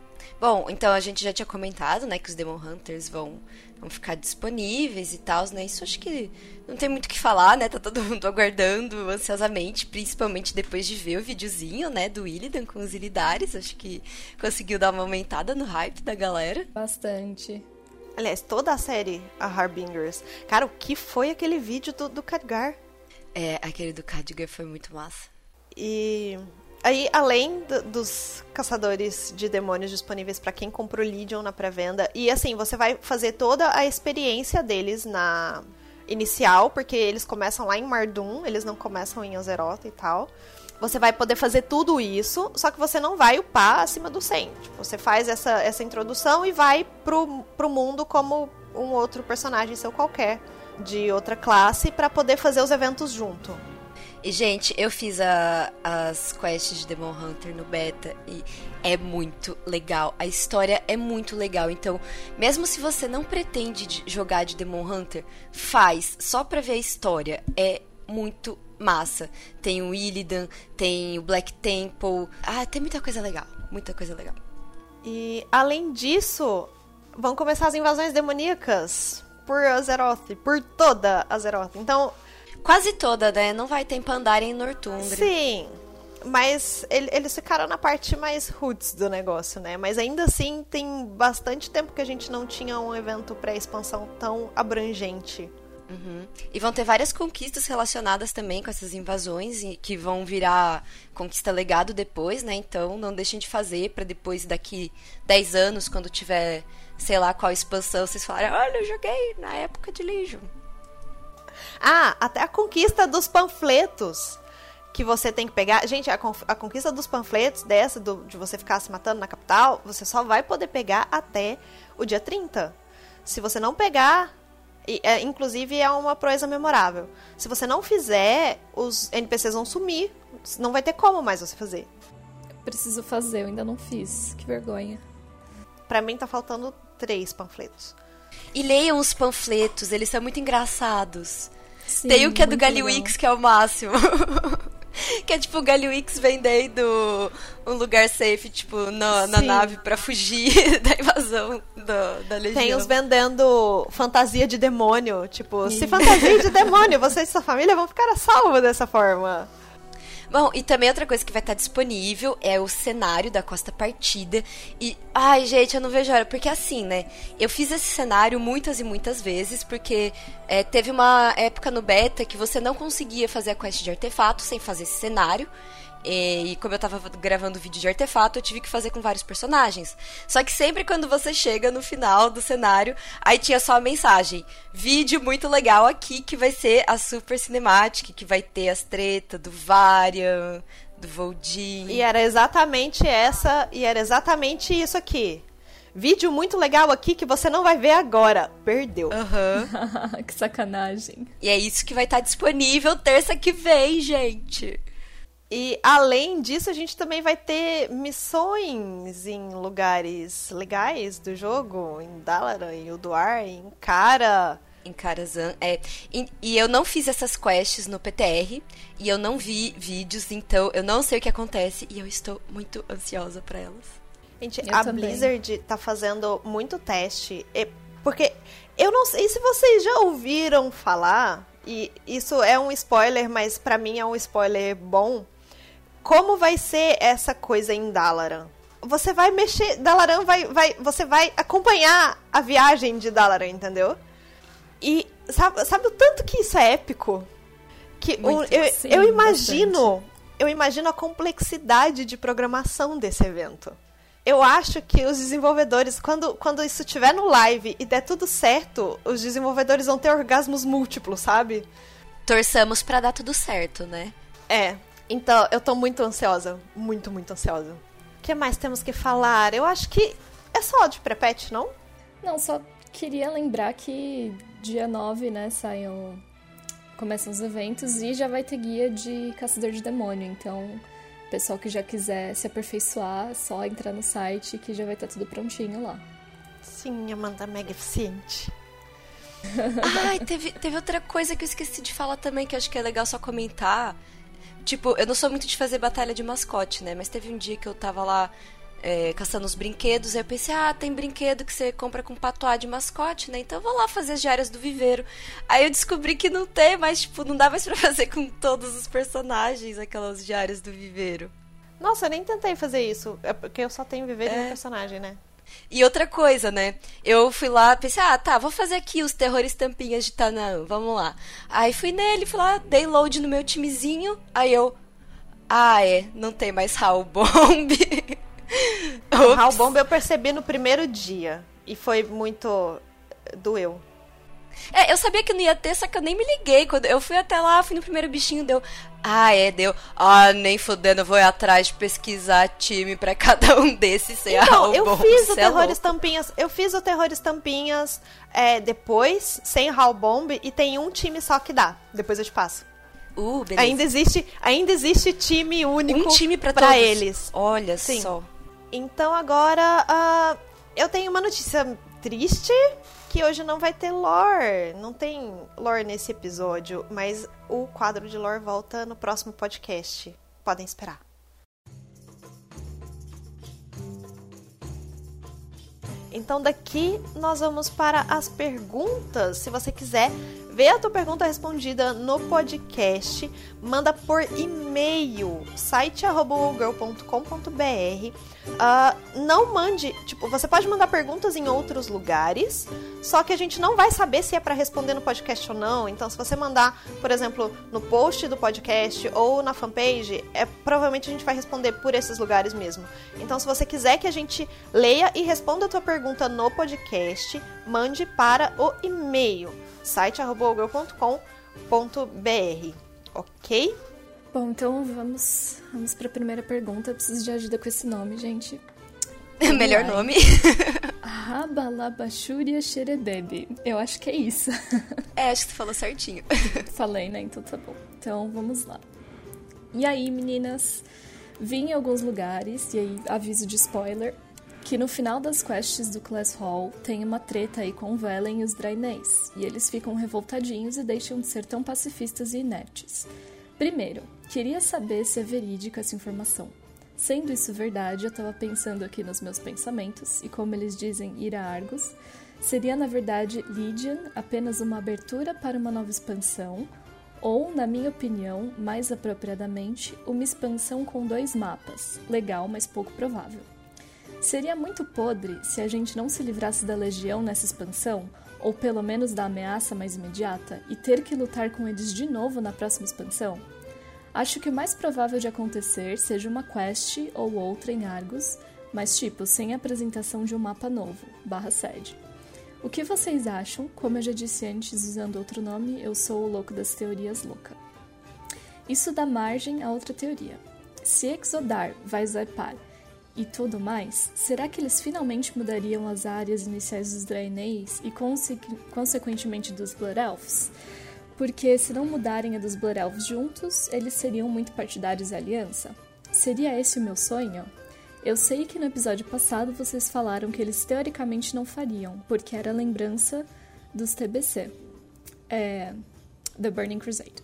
Bom, então a gente já tinha comentado, né, que os Demon Hunters vão, vão ficar disponíveis e tal, né? Isso acho que não tem muito o que falar, né? Tá todo mundo aguardando ansiosamente, principalmente depois de ver o videozinho, né, do Illidan com os Illidaris. Acho que conseguiu dar uma aumentada no hype da galera. Bastante. Aliás, toda a série, a Harbingers. Cara, o que foi aquele vídeo do, do Khadgar? É, aquele do Khadgar foi muito massa. E aí, além do, dos caçadores de demônios disponíveis pra quem comprou Legion na pré-venda, e assim, você vai fazer toda a experiência deles na inicial, porque eles começam lá em Mardum, eles não começam em Azeroth e tal. Você vai poder fazer tudo isso, só que você não vai upar acima do cem. Tipo, você faz essa, essa introdução e vai pro, pro mundo como um outro personagem seu qualquer, de outra classe, pra poder fazer os eventos junto. E, gente, eu fiz a, as quests de Demon Hunter no beta e é muito legal. A história é muito legal. Então, mesmo se você não pretende de jogar de Demon Hunter, faz só pra ver a história. É muito massa. Tem o Illidan, tem o Black Temple. Ah, tem muita coisa legal. Muita coisa legal. E, além disso, vão começar as invasões demoníacas por Azeroth, por toda Azeroth. Então... Quase toda, né? Não vai ter pra andar em Northumbria. Sim, mas ele, eles ficaram na parte mais roots do negócio, né? Mas ainda assim, tem bastante tempo que a gente não tinha um evento pré-expansão tão abrangente. Uhum. E vão ter várias conquistas relacionadas também com essas invasões, e que vão virar conquista legado depois, né? Então, não deixem de fazer pra depois, daqui dez anos, quando tiver, sei lá, qual expansão, vocês falarem, olha, eu joguei na época de Legion. Ah, até a conquista dos panfletos que você tem que pegar. Gente, a, conf... a conquista dos panfletos dessa, do... de você ficar se matando na capital, você só vai poder pegar até o dia trinta. Se você não pegar, e, é, inclusive é uma proeza memorável. Se você não fizer, os N P Cs vão sumir. Não vai ter como mais você fazer. Preciso fazer, eu ainda não fiz. Que vergonha. Pra mim tá faltando três panfletos. E leiam os panfletos, eles são muito engraçados. Sim, tem o que é do muito Galliwix, que é o máximo. Que é tipo o Galliwix vendendo um lugar safe, tipo, na, na nave pra fugir da invasão do, da Legião. Tem os vendendo fantasia de demônio. Tipo, se fantasia de demônio, você e sua família vão ficar a salvo dessa forma. Bom, e também outra coisa que vai estar disponível é o cenário da Costa Partida. E, ai, gente, eu não vejo a hora. Porque assim, né? Eu fiz esse cenário muitas e muitas vezes, porque é, teve uma época no beta que você não conseguia fazer a quest de artefato sem fazer esse cenário. E como eu tava gravando vídeo de artefato, eu tive que fazer com vários personagens. Só que sempre quando você chega no final do cenário, aí tinha só a mensagem: vídeo muito legal aqui, que vai ser a Super Cinematic, que vai ter as tretas do Varian, do Voldin. E era exatamente essa, e era exatamente isso aqui. Vídeo muito legal aqui que você não vai ver agora. Perdeu. Uhum. Que sacanagem. E é isso que vai estar disponível terça que vem, gente. E, além disso, a gente também vai ter missões em lugares legais do jogo. Em Dalaran, em Ulduar, em Kara. Em Karazhan, é. E, e eu não fiz essas quests no P T R. E eu não vi vídeos, então eu não sei o que acontece. E eu estou muito ansiosa pra elas. Gente, eu a também. Blizzard tá fazendo muito teste. Porque eu não sei se vocês já ouviram falar. E isso é um spoiler, mas pra mim é um spoiler bom. Como vai ser essa coisa em Dalaran? Você vai mexer... Dalaran vai, vai... Você vai acompanhar a viagem de Dalaran, entendeu? E sabe, sabe o tanto que isso é épico? Que um, eu, sim, eu imagino... bastante. Eu imagino a complexidade de programação desse evento. Eu acho que os desenvolvedores... Quando, quando isso estiver no live e der tudo certo, os desenvolvedores vão ter orgasmos múltiplos, sabe? Torçamos pra dar tudo certo, né? É... Então, eu tô muito ansiosa. Muito, muito ansiosa. O que mais temos que falar? Eu acho que é só de pré-patch, não? Não, só queria lembrar que dia nove, né, saiam... Começam os eventos e já vai ter guia de Caçador de Demônio. Então, o pessoal que já quiser se aperfeiçoar, é só entrar no site que já vai estar tudo prontinho lá. Sim, Amanda, mega eficiente. Ai, teve, teve outra coisa que eu esqueci de falar também, que eu acho que é legal só comentar. Tipo, eu não sou muito de fazer batalha de mascote, né? Mas teve um dia que eu tava lá é, caçando os brinquedos. Aí eu pensei, ah, tem brinquedo que você compra com patois de mascote, né? Então eu vou lá fazer as diárias do viveiro. Aí eu descobri que não tem, mas tipo, não dá mais pra fazer com todos os personagens aquelas diárias do viveiro. Nossa, eu nem tentei fazer isso. É porque eu só tenho viveiro É. e um personagem, né? E outra coisa, né? Eu fui lá, pensei, ah, tá, vou fazer aqui os terrores tampinhas de Tanaã, vamos lá. Aí fui nele, fui lá, dei load no meu timezinho, aí eu... Ah, é, não tem mais Raul Bomb. O Raul Bomb eu percebi no primeiro dia. E foi muito... doeu. É, eu sabia que não ia ter, só que eu nem me liguei. Quando eu fui até lá, fui no primeiro bichinho, deu... Ah, é, deu... Ah, nem fodendo, eu vou ir atrás de pesquisar time pra cada um desses sem a Então, Raul eu Bomb. fiz o Cê é Terror louco. Estampinhas. Eu fiz o Terror Estampinhas é, depois, sem Raul Bomb, e tem um time só que dá. Depois eu te passo. Uh, beleza. Ainda existe, ainda existe time único Um time pra, pra todos. eles. Olha Sim. só. Então agora ah, eu tenho uma notícia triste, que hoje não vai ter lore. Não tem lore nesse episódio, mas o quadro de lore volta no próximo podcast. Podem esperar. Então daqui nós vamos para as perguntas. Se você quiser ver a tua pergunta respondida no podcast, manda por e-mail, site arroba girl ponto com ponto b r. Uh, não mande, tipo, você pode mandar perguntas em outros lugares, só que a gente não vai saber se é para responder no podcast ou não. Então, se você mandar, por exemplo, no post do podcast ou na fanpage, é, provavelmente a gente vai responder por esses lugares mesmo. Então, se você quiser que a gente leia e responda a tua pergunta no podcast, mande para o e-mail, site arroba girl ponto com ponto b r, ok? Bom, então vamos, vamos para a primeira pergunta. Eu preciso de ajuda com esse nome, gente. Melhor Ai. nome. Rabalabachúria Xerebebe. Eu acho que é isso. É, acho que tu falou certinho. Falei, né? Então tá bom. Então vamos lá. E aí, meninas? Vi em alguns lugares, e aí aviso de spoiler, que no final das quests do Class Hall tem uma treta aí com o Velen e os Draeneis. E eles ficam revoltadinhos e deixam de ser tão pacifistas e inertes. Primeiro, queria saber se é verídica essa informação. Sendo isso verdade, eu tava pensando aqui nos meus pensamentos, e como eles dizem, ir a Argos, seria na verdade Lydian apenas uma abertura para uma nova expansão, ou, na minha opinião, mais apropriadamente, uma expansão com dois mapas, legal, mas pouco provável. Seria muito podre se a gente não se livrasse da Legião nessa expansão, ou pelo menos da ameaça mais imediata, e ter que lutar com eles de novo na próxima expansão? Acho que o mais provável de acontecer seja uma quest ou outra em Argos, mas tipo, sem a apresentação de um mapa novo, barra sede. O que vocês acham? Como eu já disse antes, usando outro nome, eu sou o louco das teorias louca. Isso dá margem a outra teoria. Se Exodar vai zarpar e tudo mais, será que eles finalmente mudariam as áreas iniciais dos Draeneis e conse- consequentemente dos Blood Elves? Porque se não mudarem a dos Blood Elves juntos, eles seriam muito partidários da aliança? Seria esse o meu sonho? Eu sei que no episódio passado vocês falaram que eles teoricamente não fariam, porque era lembrança dos T B C. É... The Burning Crusade.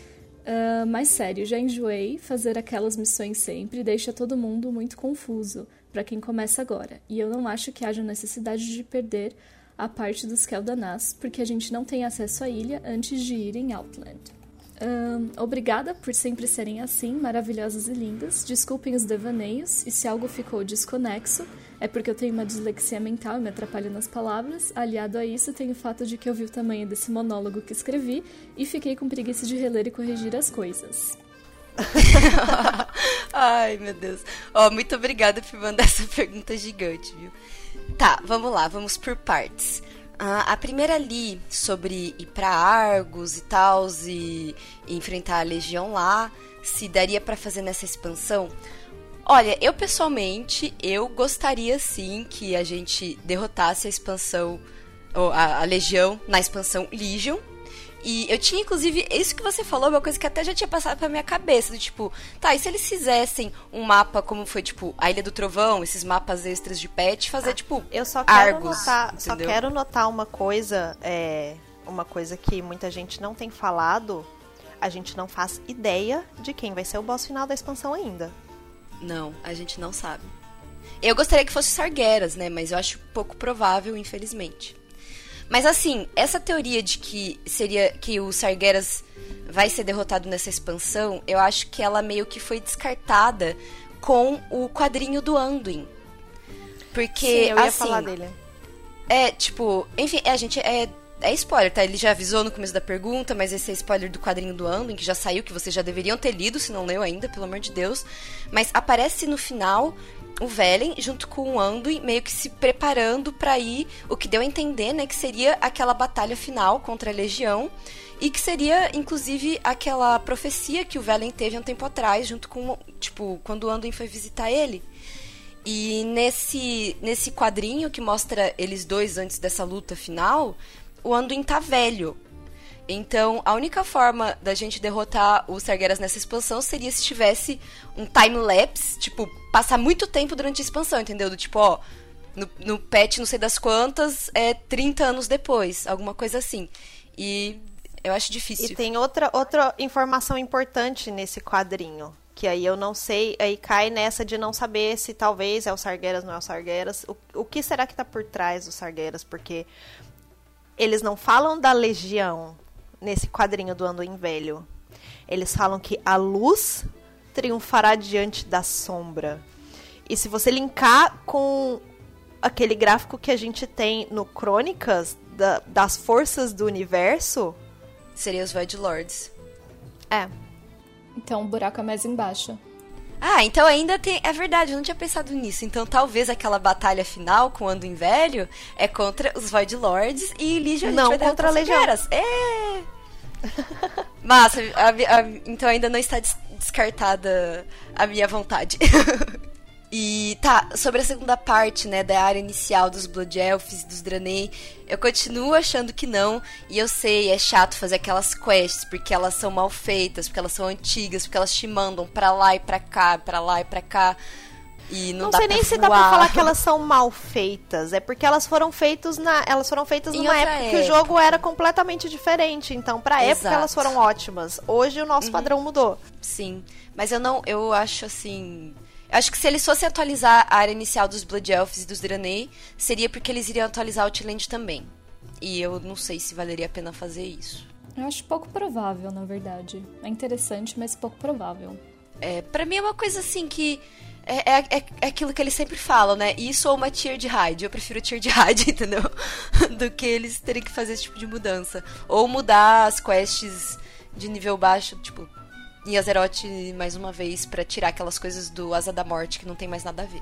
Uh, mas sério, já enjoei fazer aquelas missões sempre e deixa todo mundo muito confuso para quem começa agora. E eu não acho que haja necessidade de perder a parte dos Kel'Danaz, porque a gente não tem acesso à ilha antes de ir em Outland. Uh, obrigada por sempre serem assim, maravilhosas e lindas. Desculpem os devaneios, e se algo ficou desconexo, é porque eu tenho uma dislexia mental e me atrapalho nas palavras. Aliado a isso, tem o fato de que eu vi o tamanho desse monólogo que escrevi e fiquei com preguiça de reler e corrigir as coisas. Ai, meu Deus. Ó, muito obrigada por mandar essa pergunta gigante, viu? Tá, vamos lá, vamos por partes. Ah, a primeira ali, sobre ir pra Argos e tal, e, e enfrentar a Legião lá, se daria pra fazer nessa expansão. Olha, eu pessoalmente, eu gostaria sim que a gente derrotasse a expansão, ou a, a Legião na expansão Legion. E eu tinha, inclusive, isso que você falou, uma coisa que até já tinha passado pra minha cabeça, do tipo, tá, e se eles fizessem um mapa como foi, tipo, a Ilha do Trovão, esses mapas extras de pet, fazer, ah, tipo, eu só quero Argos, notar, entendeu? Só quero notar uma coisa, é, uma coisa que muita gente não tem falado, a gente não faz ideia de quem vai ser o boss final da expansão ainda. Não, a gente não sabe. Eu gostaria que fosse Sargeras, né? Mas eu acho pouco provável, infelizmente. Mas assim, essa teoria de que seria que o Sargeras vai ser derrotado nessa expansão, eu acho que ela meio que foi descartada com o quadrinho do Anduin. Porque, Sim, eu ia assim, falar dele. É, tipo, enfim, a gente é, é spoiler, tá? Ele já avisou no começo da pergunta, mas esse é spoiler do quadrinho do Anduin, que já saiu, que vocês já deveriam ter lido, se não leu ainda, pelo amor de Deus. Mas aparece no final o Velen, junto com o Anduin, meio que se preparando pra ir, o que deu a entender, né, que seria aquela batalha final contra a Legião, e que seria, inclusive, aquela profecia que o Velen teve um tempo atrás, junto com, tipo, quando o Anduin foi visitar ele. E nesse, nesse quadrinho que mostra eles dois antes dessa luta final, o Anduin tá velho. Então, a única forma da gente derrotar os Sargeras nessa expansão seria se tivesse um time-lapse, tipo, passar muito tempo durante a expansão, entendeu? Do tipo, ó, no, no patch não sei das quantas, é trinta anos depois, alguma coisa assim. E eu acho difícil. E tem outra, outra informação importante nesse quadrinho, que aí eu não sei, aí cai nessa de não saber se talvez é o Sargeras, não é o Sargeras. O, o que será que tá por trás dos Sargeras? Porque eles não falam da Legião nesse quadrinho do Anduin Velho. Eles falam que a luz triunfará diante da sombra. E se você linkar com aquele gráfico que a gente tem no Crônicas da, das forças do universo... Seria os Void Lords. É. Então o buraco é mais embaixo. Ah, então ainda tem... É verdade, eu não tinha pensado nisso. Então talvez aquela batalha final com o Anduin Velho é contra os Void Lords e Legion não vai contra a Legião. É! Massa, a, a, então ainda não está des- descartada a minha vontade. E tá, sobre a segunda parte, né, da área inicial dos Blood Elves e dos Draenei, eu continuo achando que não, e eu sei, é chato fazer aquelas quests, porque elas são mal feitas, porque elas são antigas, porque elas te mandam pra lá e pra cá, pra lá e pra cá, e não, não dá sei pra nem se voar. dá pra falar que elas são mal feitas, é porque elas foram feitas na, elas foram feitas Em numa outra época, que época. o jogo era completamente diferente, então pra época Exato. elas foram ótimas. Hoje o nosso Uhum. padrão mudou. Sim, mas eu não, eu acho assim... Acho que se eles fossem atualizar a área inicial dos Blood Elves e dos Draenei, seria porque eles iriam atualizar o Outland também. E eu não sei se valeria a pena fazer isso. Eu acho pouco provável, na verdade. É interessante, mas pouco provável. É, pra mim é uma coisa assim que... É, é, é, é aquilo que eles sempre falam, né? Isso ou uma tier de raid. Eu prefiro tier de raid, entendeu? Do que eles terem que fazer esse tipo de mudança. Ou mudar as quests de nível baixo, tipo... em Azeroth mais uma vez pra tirar aquelas coisas do Asa da Morte que não tem mais nada a ver.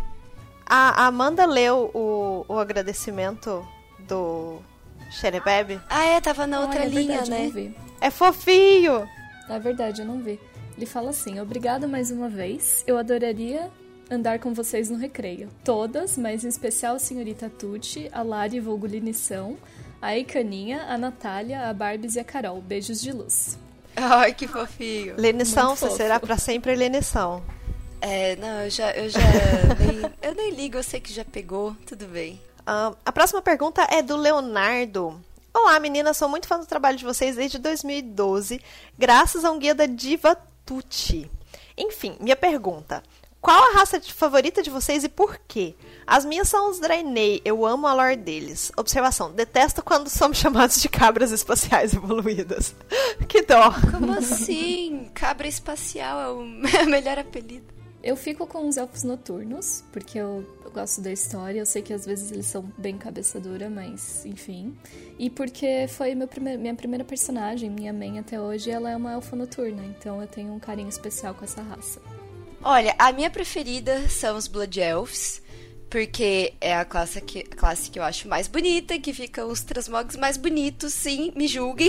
A Amanda leu o, o agradecimento do Xerebeb. Ah, é, tava na outra Ah, é linha, verdade, eu né? não vi. É fofinho! É verdade, eu não vi. Ele fala assim: obrigado mais uma vez. Eu adoraria andar com vocês no recreio. Todas, mas em especial a senhorita Tucci, a Lari vulgo Linição, a Icaninha, a Natália, a Barbies e a Carol. Beijos de luz. Ai, que fofinho. Lenição, Muito você fofo. será pra sempre Lenição. É, não, eu já, eu já nem, eu nem ligo, eu sei que já pegou, tudo bem. Um, a próxima pergunta é do Leonardo. Olá, meninas, sou muito fã do trabalho de vocês desde dois mil e doze, graças a um guia da Diva Tucci. Enfim, minha pergunta. Qual a raça de- favorita de vocês e por quê? As minhas são os Draenei, eu amo a lore deles. Observação, detesto quando somos chamados de cabras espaciais evoluídas. Que dó. Como assim? Cabra espacial é o melhor apelido. Eu fico com os elfos noturnos, porque eu, eu gosto da história. Eu sei que às vezes eles são bem cabeça dura, mas enfim. E porque foi meu prime- minha primeira personagem, minha main até hoje, ela é uma elfa noturna. Então eu tenho um carinho especial com essa raça. Olha, a minha preferida são os Blood Elves, porque é a classe que, a classe que eu acho mais bonita, que ficam os transmogs mais bonitos, sim, me julguem.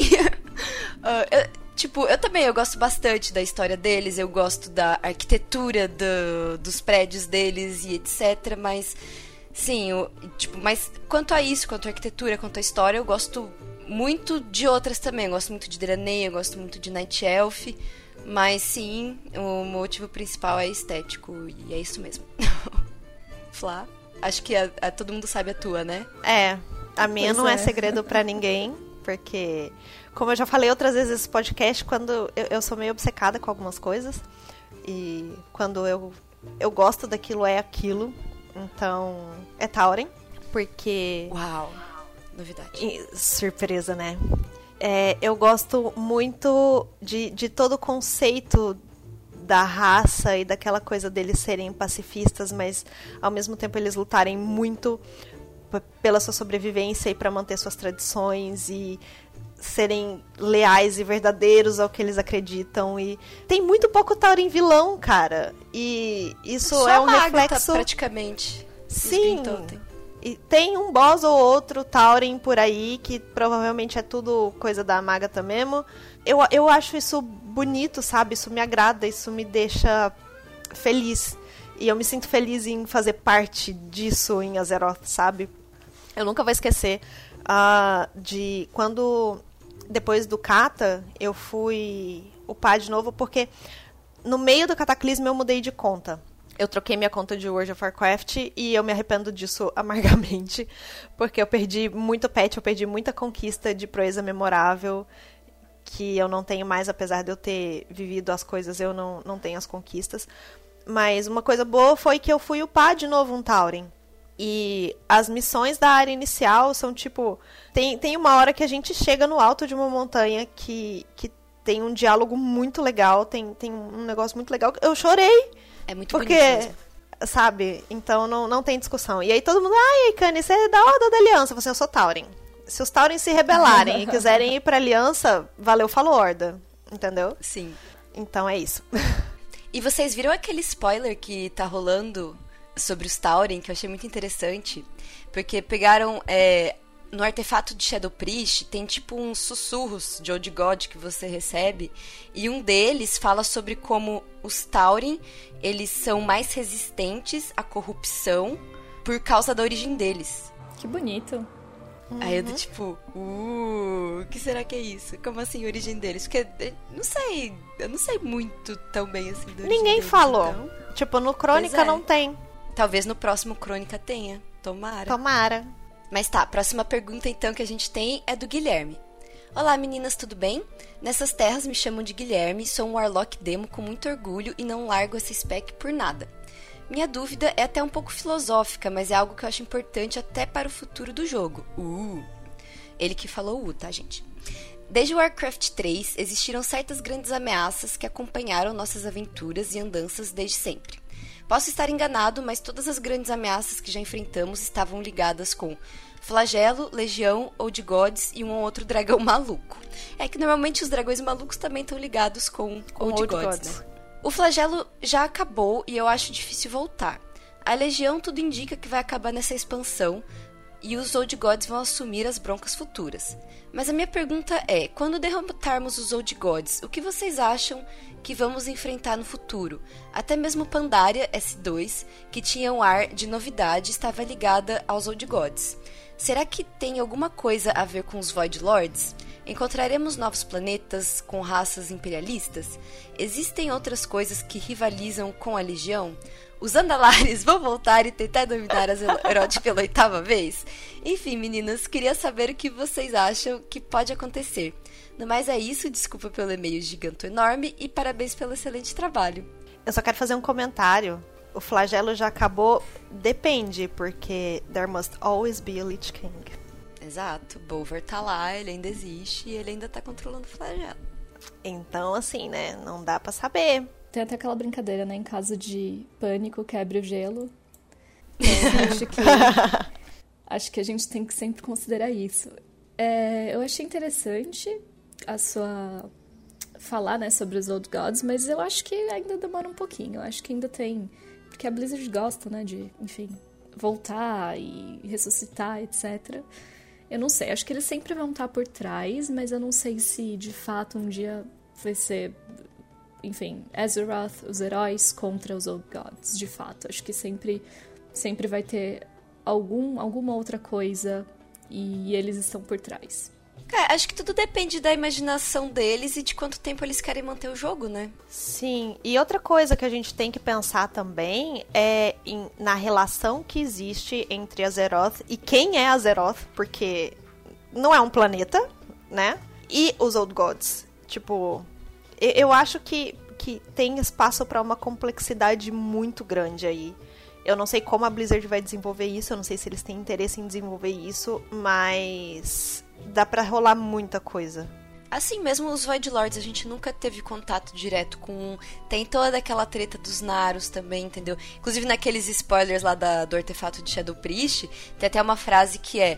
uh, eu, tipo, eu também eu gosto bastante da história deles, eu gosto da arquitetura do, dos prédios deles e etcétera. Mas, sim, eu, tipo, mas quanto a isso, quanto a arquitetura, quanto a história, eu gosto muito de outras também. Eu gosto muito de Draenei, eu gosto muito de Night Elf. Mas sim, o motivo principal é estético, e é isso mesmo. Flá, acho que a, a, todo mundo sabe a tua, né? É, a minha Pois não é. é. segredo pra ninguém, porque, como eu já falei outras vezes nesse podcast, quando eu, eu sou meio obcecada com algumas coisas, e quando eu, eu gosto daquilo, é aquilo. Então, é Tauren, porque... Uau, novidade. E, surpresa, né? É, eu gosto muito de, de todo o conceito da raça e daquela coisa deles serem pacifistas, mas ao mesmo tempo eles lutarem muito p- pela sua sobrevivência e para manter suas tradições e serem leais e verdadeiros ao que eles acreditam. E tem muito pouco Tauren vilão, cara. E isso Só é um a Agatha, reflexo... praticamente. Sim. E tem um boss ou outro Tauren por aí, que provavelmente é tudo coisa da Agatha mesmo. Eu, eu acho isso bonito, sabe? Isso me agrada, isso me deixa feliz. E eu me sinto feliz em fazer parte disso em Azeroth, sabe? Eu nunca vou esquecer uh, de quando, depois do Kata, eu fui upar de novo, porque no meio do Cataclismo eu mudei de conta. Eu troquei minha conta de World of Warcraft e eu me arrependo disso amargamente, porque eu perdi muito pet, eu perdi muita conquista de proeza memorável, que eu não tenho mais, apesar de eu ter vivido as coisas, eu não, não tenho as conquistas. Mas uma coisa boa foi que eu fui upar de novo um Tauren. E as missões da área inicial são tipo... Tem, tem uma hora que a gente chega no alto de uma montanha que, que tem um diálogo muito legal, tem, tem um negócio muito legal. Eu chorei! É muito porque, bonito mesmo. Sabe? Então não, não tem discussão. E aí todo mundo, ai, Kanye, você é da Horda da Aliança. Eu, assim, eu sou Tauren. Se os Tauren se rebelarem e quiserem ir pra Aliança, valeu, falou Horda. Entendeu? Sim. Então é isso. E vocês viram aquele spoiler que tá rolando sobre os Tauren, que eu achei muito interessante? Porque pegaram... É, no artefato de Shadow Priest tem tipo uns sussurros de Old God que você recebe, e um deles fala sobre como os Tauren, eles são mais resistentes à corrupção por causa da origem deles. Que bonito. Uhum. Aí eu do tipo, uh, o que será que é isso? Como assim a origem deles? Porque, não sei, eu não sei muito tão bem assim da origem Ninguém deles, falou. Então... Tipo, no Crônica é. não tem. Talvez no próximo Crônica tenha. Tomara. Tomara. Mas tá, a próxima pergunta então que a gente tem é do Guilherme. Olá meninas, tudo bem? Nessas terras me chamam de Guilherme, sou um Warlock Demo com muito orgulho e não largo essa spec por nada. Minha dúvida é até um pouco filosófica, mas é algo que eu acho importante até para o futuro do jogo. Uh! Ele que falou uh, tá gente? Desde o Warcraft três, existiram certas grandes ameaças que acompanharam nossas aventuras e andanças desde sempre. Posso estar enganado, mas todas as grandes ameaças que já enfrentamos estavam ligadas com Flagelo, Legião, Old Gods e um ou outro dragão maluco. É que normalmente os dragões malucos também estão ligados com, com Old, Old Gods, Gods. Né? O Flagelo já acabou e eu acho difícil voltar. A Legião tudo indica que vai acabar nessa expansão e os Old Gods vão assumir as broncas futuras. Mas a minha pergunta é, quando derrotarmos os Old Gods, o que vocês acham que vamos enfrentar no futuro? Até mesmo Pandaria S dois, que tinha um ar de novidade, estava ligada aos Old Gods. Será que tem alguma coisa a ver com os Void Lords? Encontraremos novos planetas com raças imperialistas? Existem outras coisas que rivalizam com a Legião? Os Andalares vão voltar e tentar dominar Azeroth pela oitava vez? Enfim, meninas, queria saber o que vocês acham que pode acontecer. No mais é isso, desculpa pelo e-mail giganto enorme e parabéns pelo excelente trabalho. Eu só quero fazer um comentário. O Flagelo já acabou? Depende, porque there must always be a Lich King. Exato, Bolvar tá lá, ele ainda existe e ele ainda tá controlando o Flagelo. Então, assim, né, não dá pra saber. Tem até aquela brincadeira, né, em caso de pânico, quebre o gelo. Então, acho que, acho que a gente tem que sempre considerar isso. É, eu achei interessante a sua... falar, né, sobre os Old Gods, mas eu acho que ainda demora um pouquinho. Eu acho que ainda tem... Porque a Blizzard gosta, né, de, enfim, voltar e ressuscitar, etcétera. Eu não sei, acho que eles sempre vão estar por trás, mas eu não sei se, de fato, um dia vai ser, enfim, Azeroth, os heróis contra os Old Gods, de fato. Acho que sempre, sempre vai ter algum, alguma outra coisa e eles estão por trás. Cara, acho que tudo depende da imaginação deles e de quanto tempo eles querem manter o jogo, né? Sim, e outra coisa que a gente tem que pensar também é em, na relação que existe entre Azeroth e quem é Azeroth, porque não é um planeta, né? E os Old Gods. Tipo, eu acho que, que tem espaço para uma complexidade muito grande aí. Eu não sei como a Blizzard vai desenvolver isso, eu não sei se eles têm interesse em desenvolver isso, mas dá pra rolar muita coisa. Assim mesmo, os Void Lords, a gente nunca teve contato direto com... Tem toda aquela treta dos Naros também, entendeu? Inclusive, naqueles spoilers lá da, do artefato de Shadow Priest, tem até uma frase que é...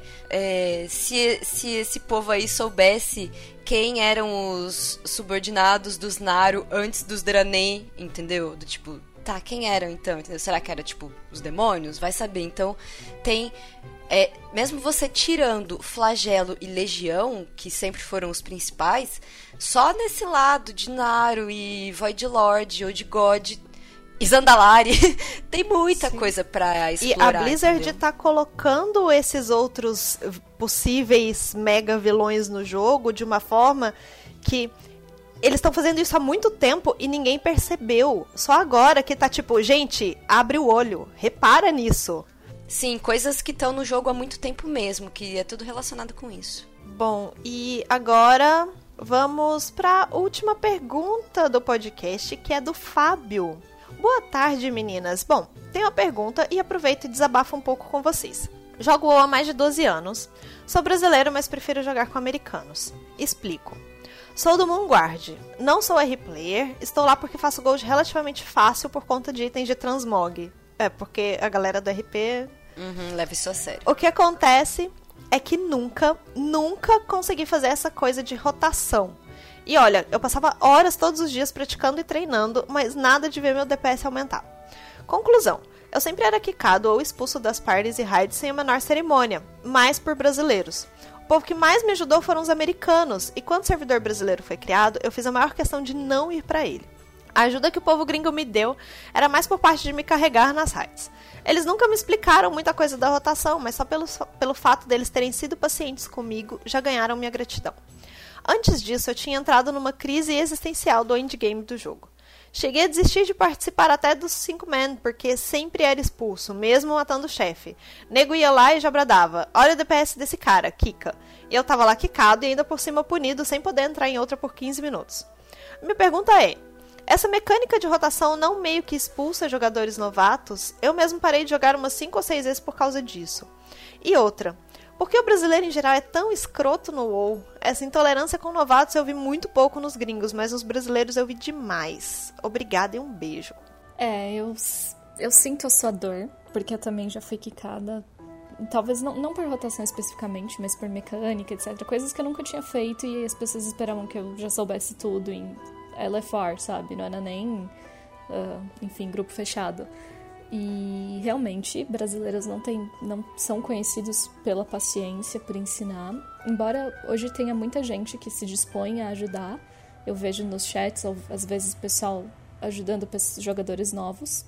é se, se esse povo aí soubesse quem eram os subordinados dos Naro antes dos Draenei, entendeu? Do tipo... Tá, quem eram então? Entendeu? Será que era, tipo, os demônios? Vai saber. Então, tem... É, mesmo você tirando Flagelo e Legião, que sempre foram os principais, só nesse lado de Naro e Void Lord, Old God e Zandalari, tem muita Sim. coisa pra explorar. E a Blizzard entendeu? Tá colocando esses outros possíveis mega vilões no jogo de uma forma que... Eles estão fazendo isso há muito tempo e ninguém percebeu. Só agora que tá tipo, gente, abre o olho, repara nisso. Sim, coisas que estão no jogo há muito tempo mesmo, que é tudo relacionado com isso. Bom, e agora vamos para a última pergunta do podcast, que é do Fábio. Boa tarde, meninas. Bom, tenho uma pergunta e aproveito e desabafo um pouco com vocês. Jogo WoW há mais de doze anos. Sou brasileiro, mas prefiro jogar com americanos. Explico. Sou do Moonguard. Não sou R player, estou lá porque faço gold relativamente fácil por conta de itens de transmog. É, porque a galera do R P... Uhum, leva isso a sério. O que acontece é que nunca, nunca consegui fazer essa coisa de rotação. E olha, eu passava horas todos os dias praticando e treinando, mas nada de ver meu D P S aumentar. Conclusão. Eu sempre era quicado ou expulso das parties e raids sem a menor cerimônia, mais por brasileiros. O povo que mais me ajudou foram os americanos, e quando o servidor brasileiro foi criado, eu fiz a maior questão de não ir pra ele. A ajuda que o povo gringo me deu era mais por parte de me carregar nas raids. Eles nunca me explicaram muita coisa da rotação, mas só pelo, pelo fato deles terem sido pacientes comigo, já ganharam minha gratidão. Antes disso, eu tinha entrado numa crise existencial do endgame do jogo. Cheguei a desistir de participar até dos cinco man, porque sempre era expulso, mesmo matando o chefe. Nego ia lá e já bradava, olha o D P S desse cara, Kika. E eu tava lá quicado e ainda por cima punido, sem poder entrar em outra por quinze minutos. Minha pergunta é... Essa mecânica de rotação não meio que expulsa jogadores novatos? Eu mesmo parei de jogar umas cinco ou seis vezes por causa disso. E outra, por que o brasileiro em geral é tão escroto no WoW? Essa intolerância com novatos eu vi muito pouco nos gringos, mas nos brasileiros eu vi demais. Obrigada e um beijo. É, eu, eu sinto a sua dor, porque eu também já fui quicada. Talvez não, não por rotação especificamente, mas por mecânica, etcétera. Coisas que eu nunca tinha feito e as pessoas esperavam que eu já soubesse tudo em... L F R, sabe? Não era nem, uh, enfim, grupo fechado. E, realmente, brasileiros não, tem, não são conhecidos pela paciência, por ensinar. Embora hoje tenha muita gente que se dispõe a ajudar. Eu vejo nos chats, ou, às vezes, o pessoal ajudando jogadores novos.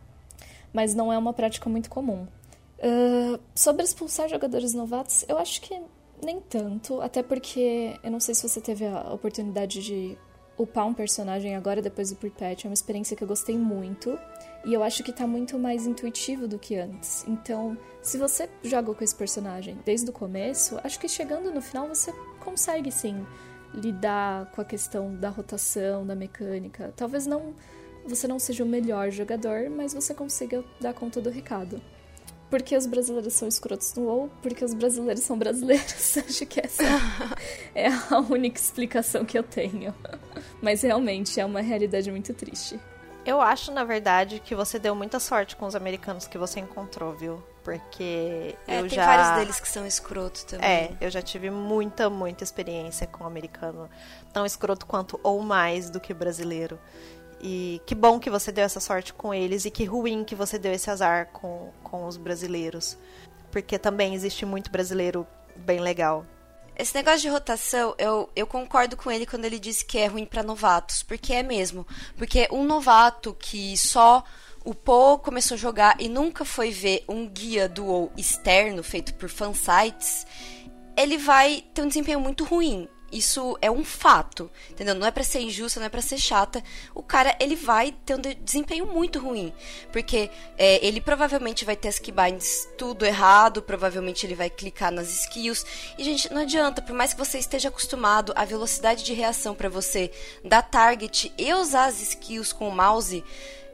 Mas não é uma prática muito comum. Uh, sobre expulsar jogadores novatos, eu acho que nem tanto. Até porque, eu não sei se você teve a oportunidade de... upar um personagem agora, depois do pre-patch, é uma experiência que eu gostei muito. E eu acho que tá muito mais intuitivo do que antes. Então, se você joga com esse personagem desde o começo, acho que chegando no final você consegue, sim, lidar com a questão da rotação, da mecânica. Talvez não, você não seja o melhor jogador, mas você consiga dar conta do recado. Porque os brasileiros são escrotos no WoW, porque os brasileiros são brasileiros. Acho que essa é a única explicação que eu tenho. Mas realmente é uma realidade muito triste. Eu acho, na verdade, que você deu muita sorte com os americanos que você encontrou, viu? Porque é, eu tem já... vários deles que são escrotos também. É, eu já tive muita, muita experiência com o americano. Tão escroto quanto ou mais do que o brasileiro. E que bom que você deu essa sorte com eles e que ruim que você deu esse azar com, com os brasileiros. Porque também existe muito brasileiro bem legal. Esse negócio de rotação, eu, eu concordo com ele quando ele disse que é ruim pra novatos. Porque é mesmo. Porque um novato que só upou, começou a jogar e nunca foi ver um guia do WoW externo feito por fansites, ele vai ter um desempenho muito ruim. Isso é um fato, entendeu? Não é pra ser injusta, não é pra ser chata. O cara, ele vai ter um desempenho muito ruim. Porque é, ele provavelmente vai ter as keybinds tudo errado. Provavelmente ele vai clicar nas skills. E, gente, não adianta. Por mais que você esteja acostumado à velocidade de reação pra você dar target e usar as skills com o mouse...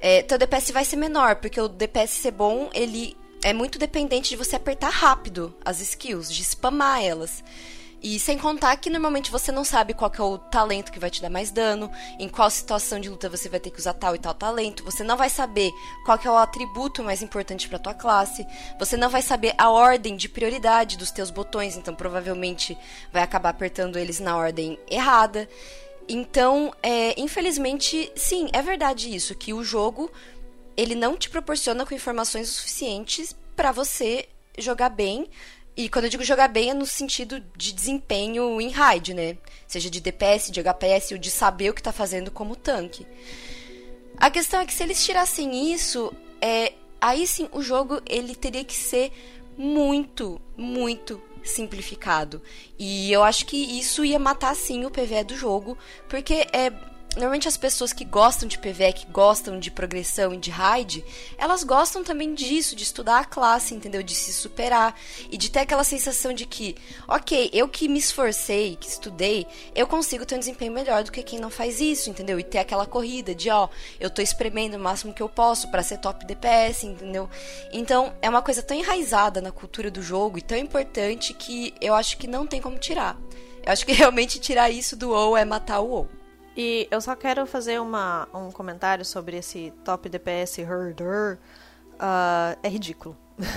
é, teu D P S vai ser menor, porque o D P S ser bom, ele é muito dependente de você apertar rápido as skills, de spamar elas. E sem contar que normalmente você não sabe qual que é o talento que vai te dar mais dano, em qual situação de luta você vai ter que usar tal e tal talento, você não vai saber qual que é o atributo mais importante para tua classe, você não vai saber a ordem de prioridade dos teus botões, então provavelmente vai acabar apertando eles na ordem errada. Então, é, infelizmente, sim, é verdade isso, que o jogo ele não te proporciona com informações suficientes para você jogar bem. E quando eu digo jogar bem é no sentido de desempenho em raid, né? Seja de D P S, de H P S ou de saber o que tá fazendo como tanque. A questão é que se eles tirassem isso, é, aí sim o jogo ele teria que ser muito, muito simplificado. E eu acho que isso ia matar sim o P V E do jogo, porque é... Normalmente as pessoas que gostam de P V E, que gostam de progressão e de raid, elas gostam também disso, de estudar a classe, entendeu? De se superar e de ter aquela sensação de que, ok, eu que me esforcei, que estudei, eu consigo ter um desempenho melhor do que quem não faz isso, entendeu? E ter aquela corrida de, ó, eu tô espremendo o máximo que eu posso pra ser top D P S, entendeu? Então, é uma coisa tão enraizada na cultura do jogo e tão importante que eu acho que não tem como tirar. Eu acho que realmente tirar isso do WoW é matar o WoW. E eu só quero fazer uma, um comentário sobre esse top D P S herder. Uh, é ridículo.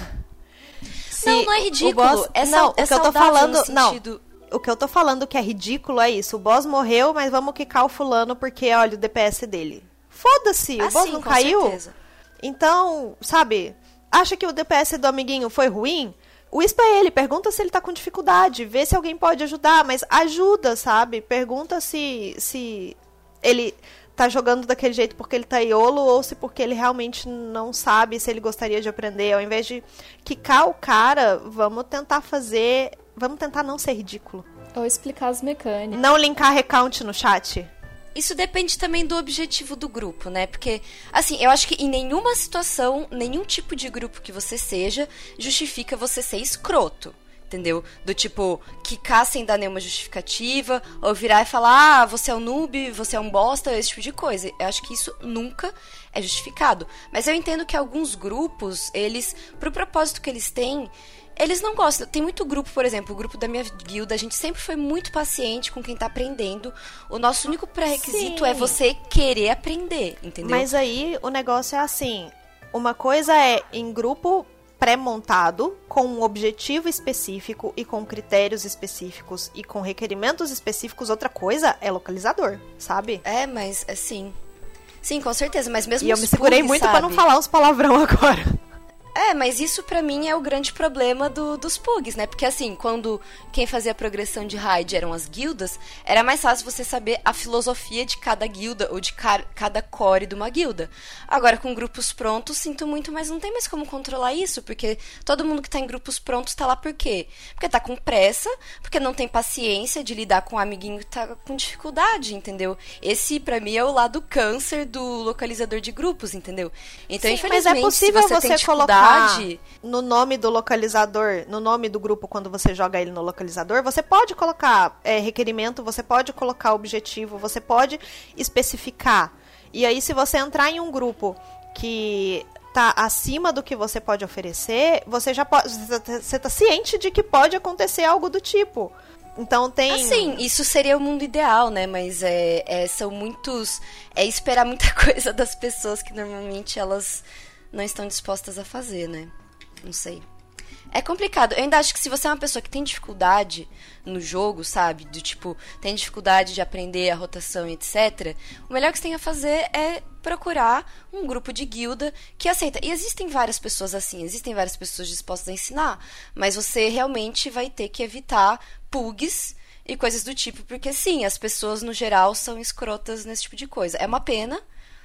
Não, não é ridículo. Boss, é não, é o que eu tô falando, sentido... não. O que eu tô falando que é ridículo é isso. O boss morreu, mas vamos quicar o fulano porque olha o D P S dele. Foda-se, ah, o boss sim, não com caiu. Certeza. Então, sabe, acha que o D P S do amiguinho foi ruim? Wispa ele, pergunta se ele tá com dificuldade, vê se alguém pode ajudar, mas ajuda, sabe? Pergunta se, se ele tá jogando daquele jeito porque ele tá iolo ou se porque ele realmente não sabe se ele gostaria de aprender. Ao invés de quicar o cara, vamos tentar fazer... Vamos tentar não ser ridículo. Ou explicar as mecânicas. Não linkar recount no chat. Isso depende também do objetivo do grupo, né? Porque, assim, eu acho que em nenhuma situação, nenhum tipo de grupo que você seja, justifica você ser escroto, entendeu? Do tipo, quicar sem dar nenhuma justificativa, ou virar e falar, ah, você é um noob, você é um bosta, esse tipo de coisa. Eu acho que isso nunca é justificado. Mas eu entendo que alguns grupos, eles, pro propósito que eles têm... Eles não gostam. Tem muito grupo, por exemplo, o grupo da minha guilda, a gente sempre foi muito paciente com quem tá aprendendo. O nosso único pré-requisito Sim. é você querer aprender, entendeu? Mas aí o negócio é assim, uma coisa é em grupo pré-montado, com um objetivo específico e com critérios específicos e com requerimentos específicos, outra coisa é localizador, sabe? É, mas assim... Sim, com certeza, mas mesmo E eu me segurei pugs, muito sabe? pra não falar uns palavrão agora. É, mas isso pra mim é o grande problema do, dos pugs, né? Porque assim, quando quem fazia a progressão de raid eram as guildas, era mais fácil você saber a filosofia de cada guilda ou de ca- cada core de uma guilda. Agora, com grupos prontos, sinto muito, mas não tem mais como controlar isso, porque todo mundo que tá em grupos prontos tá lá por quê? Porque tá com pressa, porque não tem paciência de lidar com um amiguinho que tá com dificuldade, entendeu? Esse, pra mim, é o lado câncer do localizador de grupos, entendeu? Então, Sim, infelizmente, mas é possível se você, você tem colocar dificuldade... no nome do localizador, no nome do grupo, quando você joga ele no localizador, você pode colocar é, requerimento, você pode colocar objetivo, você pode especificar. E aí, se você entrar em um grupo que tá acima do que você pode oferecer, você já pode, você tá ciente de que pode acontecer algo do tipo. Então tem... Assim, isso seria o mundo ideal, né? Mas é, é, são muitos... É esperar muita coisa das pessoas que normalmente elas não estão dispostas a fazer, né? Não sei. É complicado. Eu ainda acho que se você é uma pessoa que tem dificuldade no jogo, sabe? Do tipo, tem dificuldade de aprender a rotação e etcétera. O melhor que você tem a fazer é procurar um grupo de guilda que aceita. E existem várias pessoas assim, existem várias pessoas dispostas a ensinar, mas você realmente vai ter que evitar pugs e coisas do tipo, porque sim, as pessoas no geral são escrotas nesse tipo de coisa. É uma pena,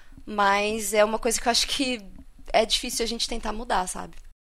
mas é uma coisa que eu acho que é difícil a gente tentar mudar, sabe?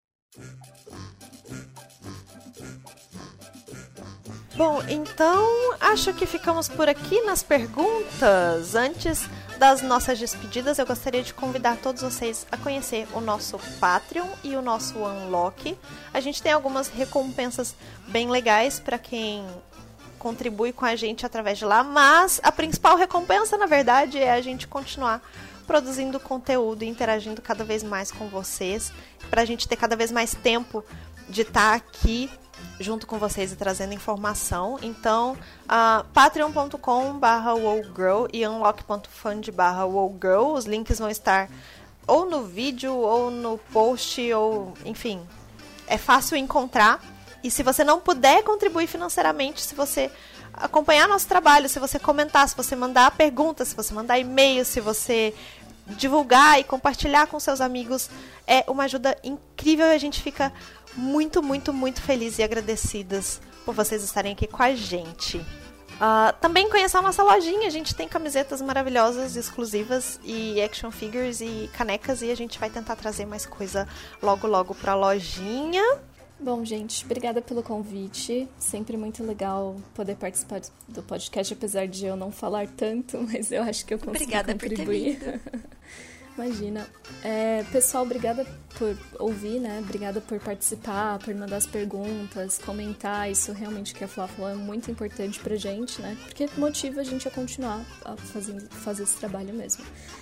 Bom, então acho que ficamos por aqui nas perguntas. Antes das nossas despedidas, eu gostaria de convidar todos vocês a conhecer o nosso Patreon e o nosso Unlock. A gente tem algumas recompensas bem legais para quem contribui com a gente através de lá, mas a principal recompensa, na verdade, é a gente continuar produzindo conteúdo e interagindo cada vez mais com vocês, pra gente ter cada vez mais tempo de estar aqui junto com vocês e trazendo informação. Então, uh, patreon ponto com barra wowgrow e unlock ponto fund barra wowgrow. Os links vão estar ou no vídeo, ou no post, ou enfim, é fácil encontrar. E se você não puder contribuir financeiramente, se você acompanhar nosso trabalho, se você comentar, se você mandar perguntas, se você mandar e-mail, se você divulgar e compartilhar com seus amigos, é uma ajuda incrível e a gente fica muito, muito, muito feliz e agradecidas por vocês estarem aqui com a gente. Uh, também conheçam a nossa lojinha, a gente tem camisetas maravilhosas, exclusivas, e action figures e canecas, e a gente vai tentar trazer mais coisa logo, logo pra lojinha. Bom, gente, obrigada pelo convite. Sempre muito legal poder participar do podcast, apesar de eu não falar tanto, mas eu acho que eu consigo obrigada contribuir. Por ter vindo. Imagina. É, pessoal, obrigada por ouvir, né? Obrigada por participar, por mandar as perguntas, comentar. Isso realmente que a Flá falou é muito importante pra gente, né? Porque motiva a gente a continuar a fazer, fazer esse trabalho mesmo.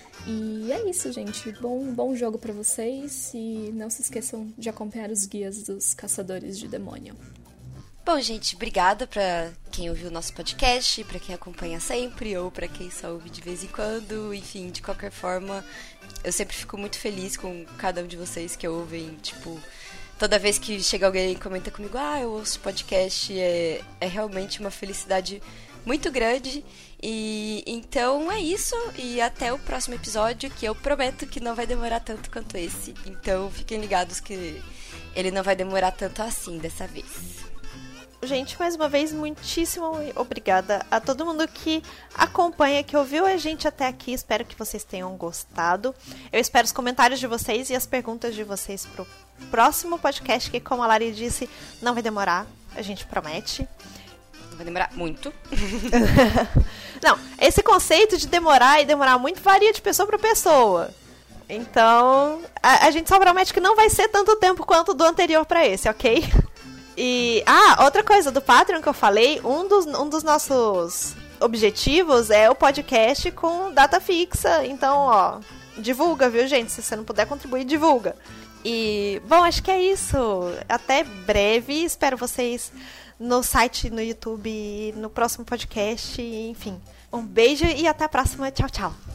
E é isso, gente. Bom, bom jogo pra vocês e não se esqueçam de acompanhar os guias dos caçadores de demônio. Bom, gente, obrigada pra quem ouviu o nosso podcast, pra quem acompanha sempre ou pra quem só ouve de vez em quando. Enfim, de qualquer forma, eu sempre fico muito feliz com cada um de vocês que ouvem. Tipo, toda vez que chega alguém e comenta comigo, ah, eu ouço podcast, é, é realmente uma felicidade muito grande. E então é isso, e até o próximo episódio, que eu prometo que não vai demorar tanto quanto esse. Então fiquem ligados que ele não vai demorar tanto assim dessa vez. Gente, mais uma vez, muitíssimo obrigada a todo mundo que acompanha, que ouviu a gente até aqui. Espero que vocês tenham gostado. Eu espero os comentários de vocês e as perguntas de vocês pro próximo podcast, que, como a Lari disse, não vai demorar, a gente promete. Não vai demorar muito. Não, esse conceito de demorar e demorar muito varia de pessoa para pessoa. Então, a, a gente só promete que não vai ser tanto tempo quanto do anterior para esse, ok? E, ah, outra coisa do Patreon que eu falei, um dos, um dos nossos objetivos é o podcast com data fixa. Então, ó, divulga, viu, gente? Se você não puder contribuir, divulga. E, bom, acho que é isso. Até breve. Espero vocês no site, no YouTube, no próximo podcast, enfim. Um beijo e até a próxima. Tchau, tchau.